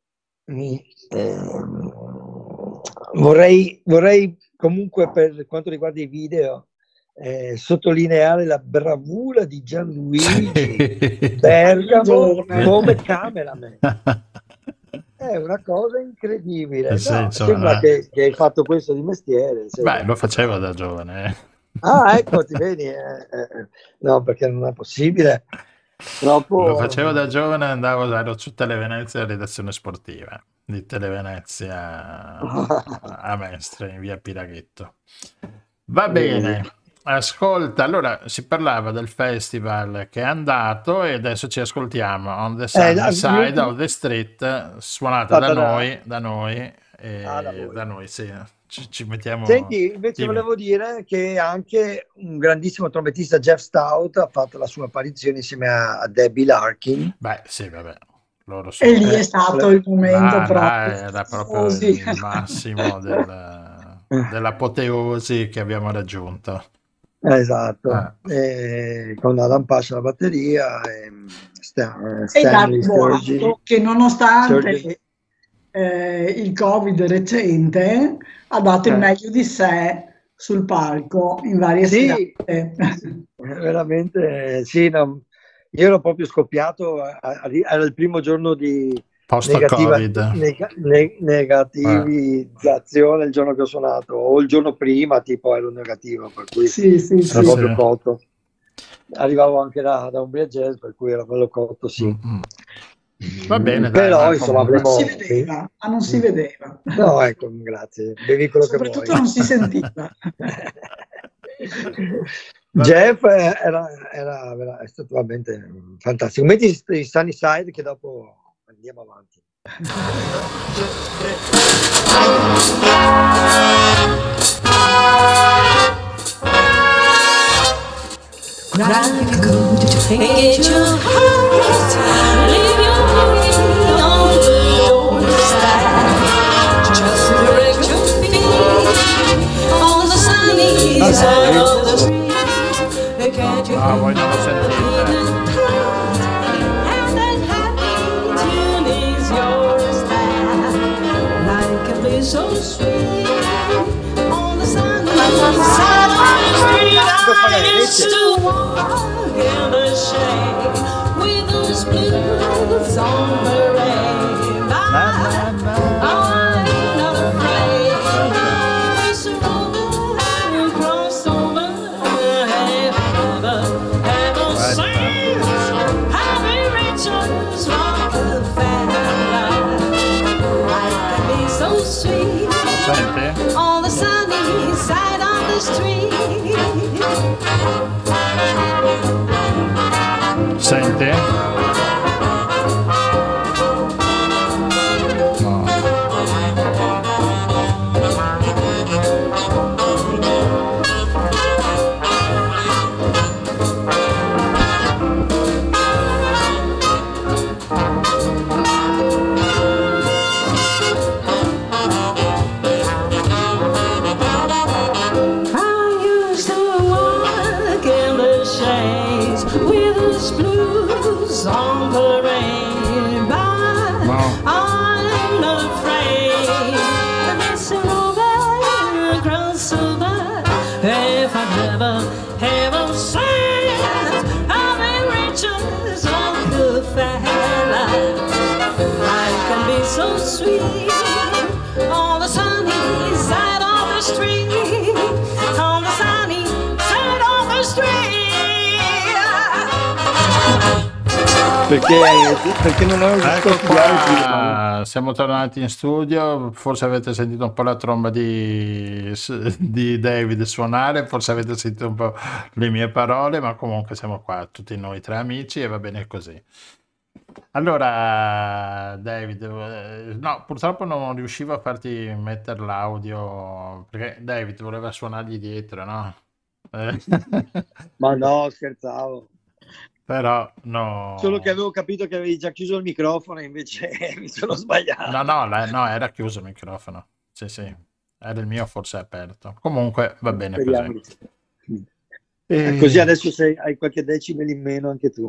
vorrei comunque, per quanto riguarda i video, sottolineare la bravura di Gianluigi Bergamo come cameraman. È una cosa incredibile. No, sembra che hai fatto questo di mestiere. Beh, lo facevo da giovane. Ecco, ti vedi? No, perché non è possibile. Lo facevo da giovane, ero su Televenezia, redazione sportiva di Televenezia a Mestre, in via Piraghetto. Va bene, ascolta, allora si parlava del festival che è andato e adesso ci ascoltiamo On the Sunny Side of the Street, suonata da noi Da voi. da noi, sì. Ci mettiamo... Senti, invece Dimmi. volevo dire che anche un grandissimo trombettista, Jeff Stout, ha fatto la sua apparizione insieme a Debbie Larkin. Beh, sì, vabbè. Loro sono... E lì è stato il momento là proprio. era proprio così. il massimo dell'apoteosi che abbiamo raggiunto. Esatto, e con Alan Pash alla batteria e E Stanley Darko Sturgis. Atto, che nonostante Sturgis. il Covid recente ha dato il meglio di sé sul palco in varie Sì, serate. veramente sì, no, io ero proprio scoppiato, era il primo giorno di Post-Covid. negativizzazione il giorno che ho suonato, o il giorno prima tipo ero negativo, per cui Sì, ero proprio cotto. Arrivavo anche da Umbria Jazz, per cui ero bello cotto, sì. Va bene, però dai, insomma Non avremo... si vedeva, ma non si vedeva. No, ecco, grazie, bevi quello che vuoi. Soprattutto non si sentiva. Jeff era è stato veramente fantastico. Metti i Sunny Side che dopo andiamo avanti. Grind the code to get your heart, leave your money on the doorstep. Just direct your feet on the sunny side of the street. Can't you voi non lo sentite? and that happy tune is your style. Life can be so sweet on the sunny side of the street. I used to walk in the shade with those blues on parade. I'm not afraid. It's over, cross over, heaven sings. Happy Richards Rockefeller. Life can be so sweet Senti? on the sunny side of the street. Senti? No. I used to walk in the shades with those blues on parade. But I'm not afraid. It's over, cross over. If I never said I'll be Richards Rockefeller. Life can be so sweet on the sunny side of the street. On the sunny side of the street. Perché non avevo visto Ecco studiare prima. qua, siamo tornati in studio, forse avete sentito un po' la tromba di David suonare, forse avete sentito un po' le mie parole, ma comunque siamo qua tutti noi tre amici e va bene così. Allora, David, no, purtroppo non riuscivo a farti mettere l'audio perché David voleva suonargli dietro, no? Ma no, scherzavo. Però no. Solo che avevo capito che avevi già chiuso il microfono e invece mi sono sbagliato. No, era chiuso il microfono. Sì, era il mio forse aperto. Comunque va bene Speriamo così. di sì. Così adesso hai qualche decibel in meno anche tu.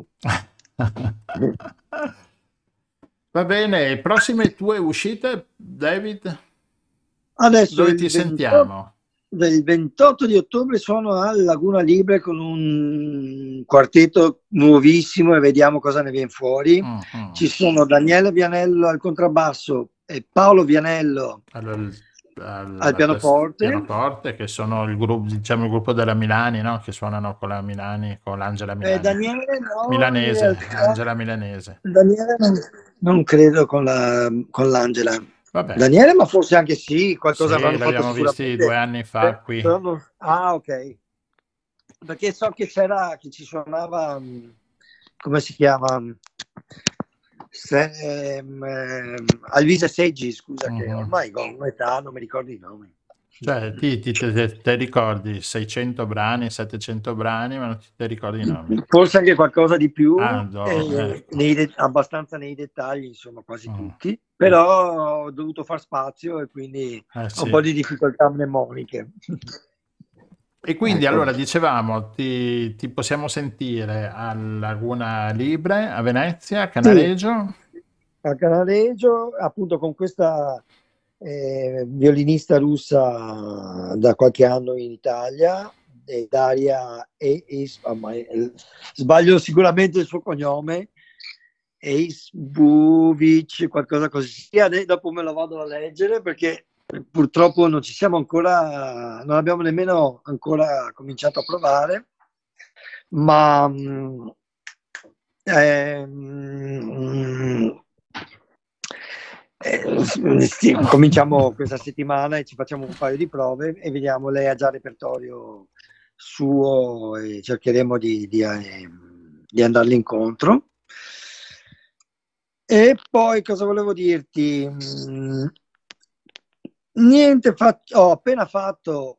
Va bene, prossime tue uscite, David? Adesso Dove ti sentiamo? Il 28 di ottobre sono a Laguna Libre con un quartetto nuovissimo e vediamo cosa ne viene fuori. Ci sono Daniele Vianello al contrabbasso e Paolo Vianello al pianoforte, che sono il gruppo della Milani, no? Che suonano con la Milani, con l'Angela Milani. Daniele no, Milanese, Angela Milanese. Daniele non credo con l'Angela. Vabbè. Daniele, ma forse anche sì, qualcosa sì, avranno fatto l'abbiamo visti 2 anni fa qui. Ah, ok. Perché so che ci suonava, come si chiama? Alvise Seggi, scusa, che ormai ho un'età, non mi ricordo i nomi. Cioè, te ricordi 600 brani, 700 brani, ma non ti ricordi i nomi. Forse anche qualcosa di più, abbastanza nei dettagli, insomma, quasi tutti, però ho dovuto far spazio e quindi ho un po' di difficoltà mnemoniche. E quindi Ecco. allora dicevamo, ti possiamo sentire a Laguna Libre, a Venezia, a Canaleggio? Sì, a Canaleggio, appunto con questa violinista russa da qualche anno in Italia, Daria sbaglio sicuramente il suo cognome, Eisbuvic, qualcosa così. Dopo me lo vado a leggere perché purtroppo non abbiamo nemmeno ancora cominciato a provare, ma cominciamo questa settimana e ci facciamo un paio di prove e vediamo. Lei ha già repertorio suo e cercheremo di andarle incontro. E poi cosa volevo dirti? Niente, ho appena fatto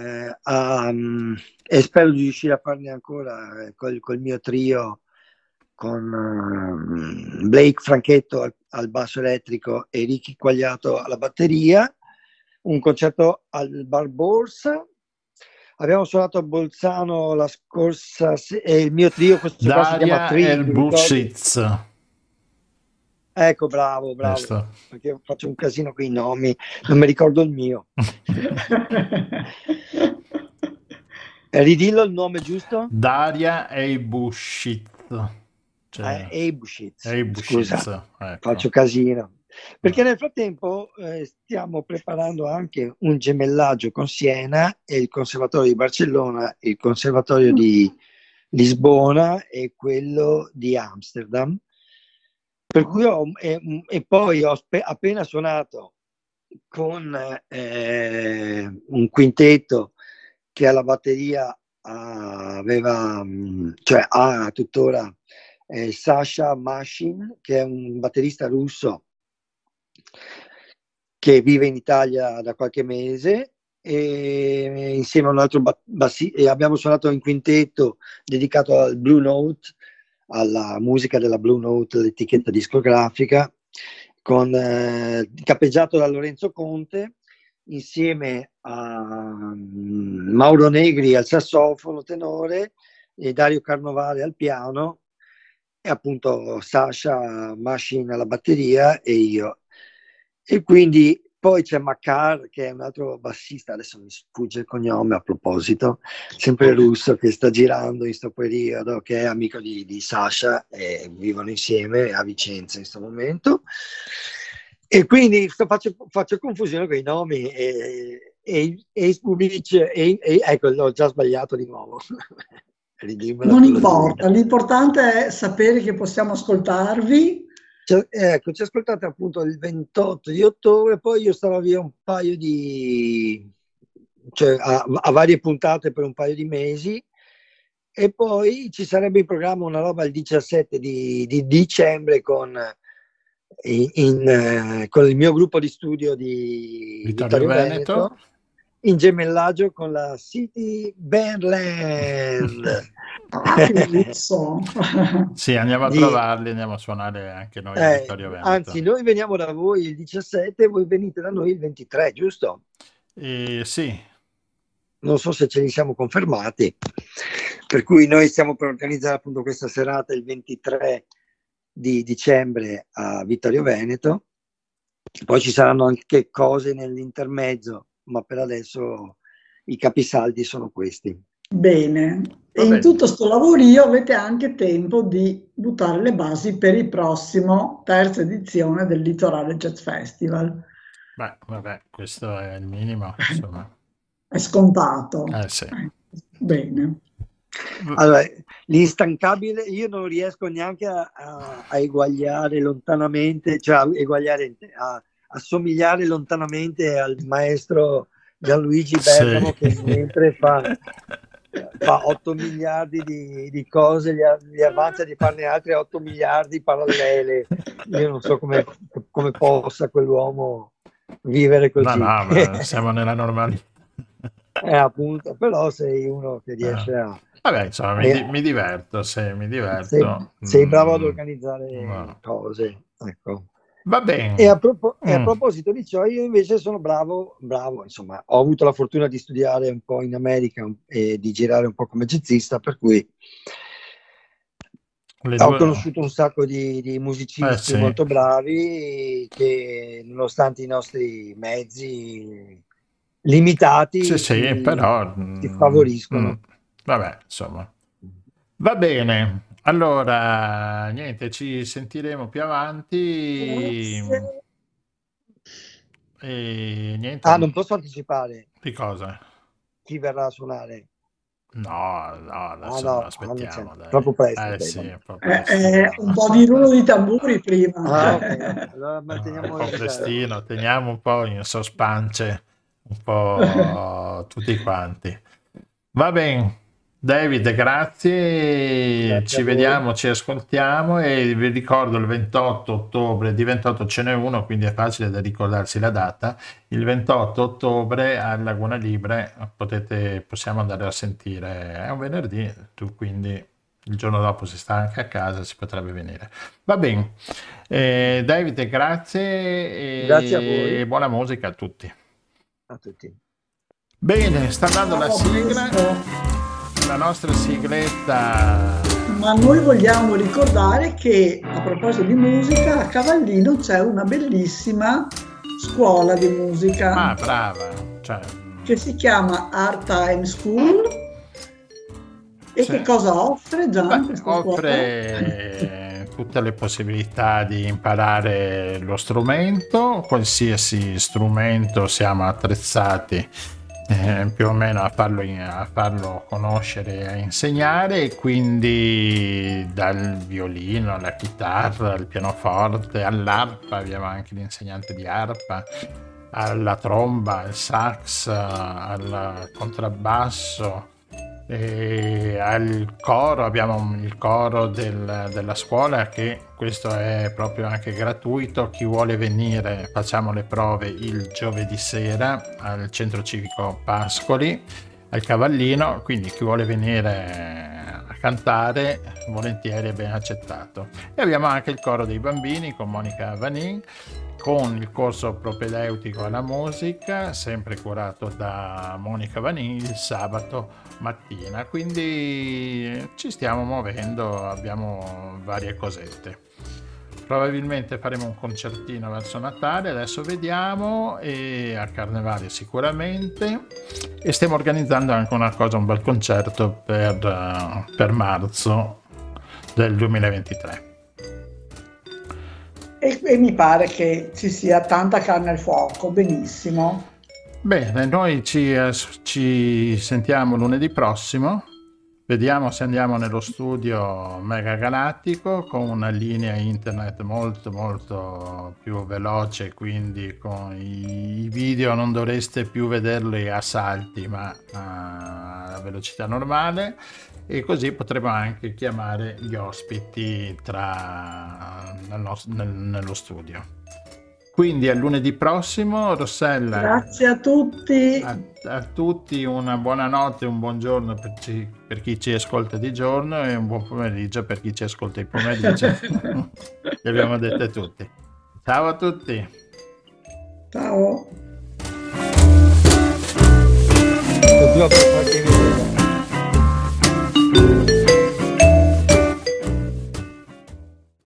e spero di riuscire a farne ancora col mio trio, con Blake Franchetto al basso elettrico e Ricky Quagliato alla batteria, un concerto al Bar Borsa. Abbiamo suonato a Bolzano la scorsa e il mio trio, questo qua si chiama Bushitz. Ecco, bravo, perché faccio un casino con i nomi, non mi ricordo il mio. Ridillo il nome giusto? Daria Eibushitz. Eibushitz. Scusa, ecco. Faccio casino. Perché nel frattempo stiamo preparando anche un gemellaggio con Siena e il Conservatorio di Barcellona, il Conservatorio di Lisbona e quello di Amsterdam. Per cui poi ho appena suonato con un quintetto che alla batteria ha tuttora Sasha Mashin, che è un batterista russo che vive in Italia da qualche mese, e insieme a un altro bassista abbiamo suonato in quintetto dedicato al Blue Note, alla musica della Blue Note, l'etichetta discografica, capeggiato da Lorenzo Conte, insieme a Mauro Negri al sassofono tenore e Dario Carnovale al piano, e appunto Sasha Mashin alla batteria e io. E quindi poi c'è Makar, che è un altro bassista, adesso mi sfugge il cognome a proposito, sempre russo, che sta girando in questo periodo, che è amico di Sasha e vivono insieme a Vicenza in questo momento. E quindi faccio confusione con i nomi e Spubic, ecco, l'ho già sbagliato di nuovo. Non importa, l'importante è sapere che possiamo ascoltarvi. Ecco, ci ascoltate appunto il 28 di ottobre, poi io starò via un paio a varie puntate per un paio di mesi, e poi ci sarebbe in programma una roba il 17 di dicembre con il mio gruppo di studio di Vittorio Veneto, in gemellaggio con la City Bandland. Sì, andiamo a trovarli, andiamo a suonare anche noi a Vittorio Veneto. Anzi, noi veniamo da voi il 17 e voi venite da noi il 23, giusto? Sì. Non so se ce li siamo confermati, per cui noi stiamo per organizzare appunto questa serata il 23 di dicembre a Vittorio Veneto. Poi ci saranno anche cose nell'intermezzo, ma per adesso i capisaldi sono questi. Bene, e in tutto sto lavorio avete anche tempo di buttare le basi per il prossimo terza edizione del Litorale Jazz Festival. Beh, vabbè, questo è il minimo, insomma. È scontato. Sì. Bene. Allora, l'instancabile, io non riesco neanche a eguagliare lontanamente, cioè a assomigliare lontanamente al maestro Gianluigi Bergamo, che sempre fa 8 miliardi di cose, gli avanza di farne altre 8 miliardi parallele, io non so come possa quell'uomo vivere così. No, ma siamo nella normalità. Appunto, però sei uno che riesce a... Vabbè, insomma, mi diverto, mi diverto. Sei bravo ad organizzare cose, ecco. Va bene. E a proposito di ciò, io invece sono bravo, insomma, ho avuto la fortuna di studiare un po' in America e di girare un po' come jazzista, per cui ho conosciuto un sacco di musicisti molto bravi che, nonostante i nostri mezzi limitati, però ti favoriscono. Vabbè, insomma. Va bene. Allora, niente, ci sentiremo più avanti. E niente. Non posso anticipare. Di cosa? Chi verrà a suonare? No, adesso aspettiamo. Dai. Troppo presto. Un po' di rullo di tamburi prima. Okay. Allora manteniamo un po' prestino, teniamo un po' in sospance, un po' tutti quanti. Va bene. David, grazie, ci vediamo, ci ascoltiamo e vi ricordo il 28 ottobre, di 28 ce n'è uno, quindi è facile da ricordarsi la data, il 28 ottobre a Laguna Libre possiamo andare a sentire, è un venerdì, quindi il giorno dopo si sta anche a casa, si potrebbe venire. Va bene, David, grazie a voi e buona musica a tutti. A tutti. Bene, sta andando la sigla. La nostra sigletta. Ma noi vogliamo ricordare che, a proposito di musica, a Cavallino c'è una bellissima scuola di musica. Brava. Che si chiama Art Time School. E che cosa offre, Gian? Offre tutte le possibilità di imparare lo strumento, qualsiasi strumento siamo attrezzati più o meno a farlo conoscere e a insegnare, e quindi dal violino alla chitarra, al pianoforte, all'arpa, abbiamo anche l'insegnante di arpa, alla tromba, al sax, al contrabbasso, e al coro. Abbiamo il coro della scuola, che questo è proprio anche gratuito. Chi vuole venire, facciamo le prove il giovedì sera al centro civico Pascoli al Cavallino, quindi chi vuole venire a cantare volentieri è ben accettato. E abbiamo anche il coro dei bambini con Monica Vanin, con il corso propedeutico alla musica, sempre curato da Monica Vanin, il sabato mattina. Quindi ci stiamo muovendo, abbiamo varie cosette. Probabilmente faremo un concertino verso Natale, adesso vediamo, e a Carnevale sicuramente, e stiamo organizzando anche un bel concerto per marzo del 2023. E mi pare che ci sia tanta carne al fuoco, benissimo. Bene, noi ci sentiamo lunedì prossimo, vediamo se andiamo nello studio Mega Galattico con una linea internet molto molto più veloce, quindi con i video non dovreste più vederli a salti ma a velocità normale, e così potremo anche chiamare gli ospiti nello studio. Quindi a lunedì prossimo, Rossella. Grazie a tutti. A tutti una buonanotte, un buongiorno per chi ci ascolta di giorno e un buon pomeriggio per chi ci ascolta di pomeriggio. Le abbiamo dette tutti. Ciao a tutti. Ciao. Continua per qualche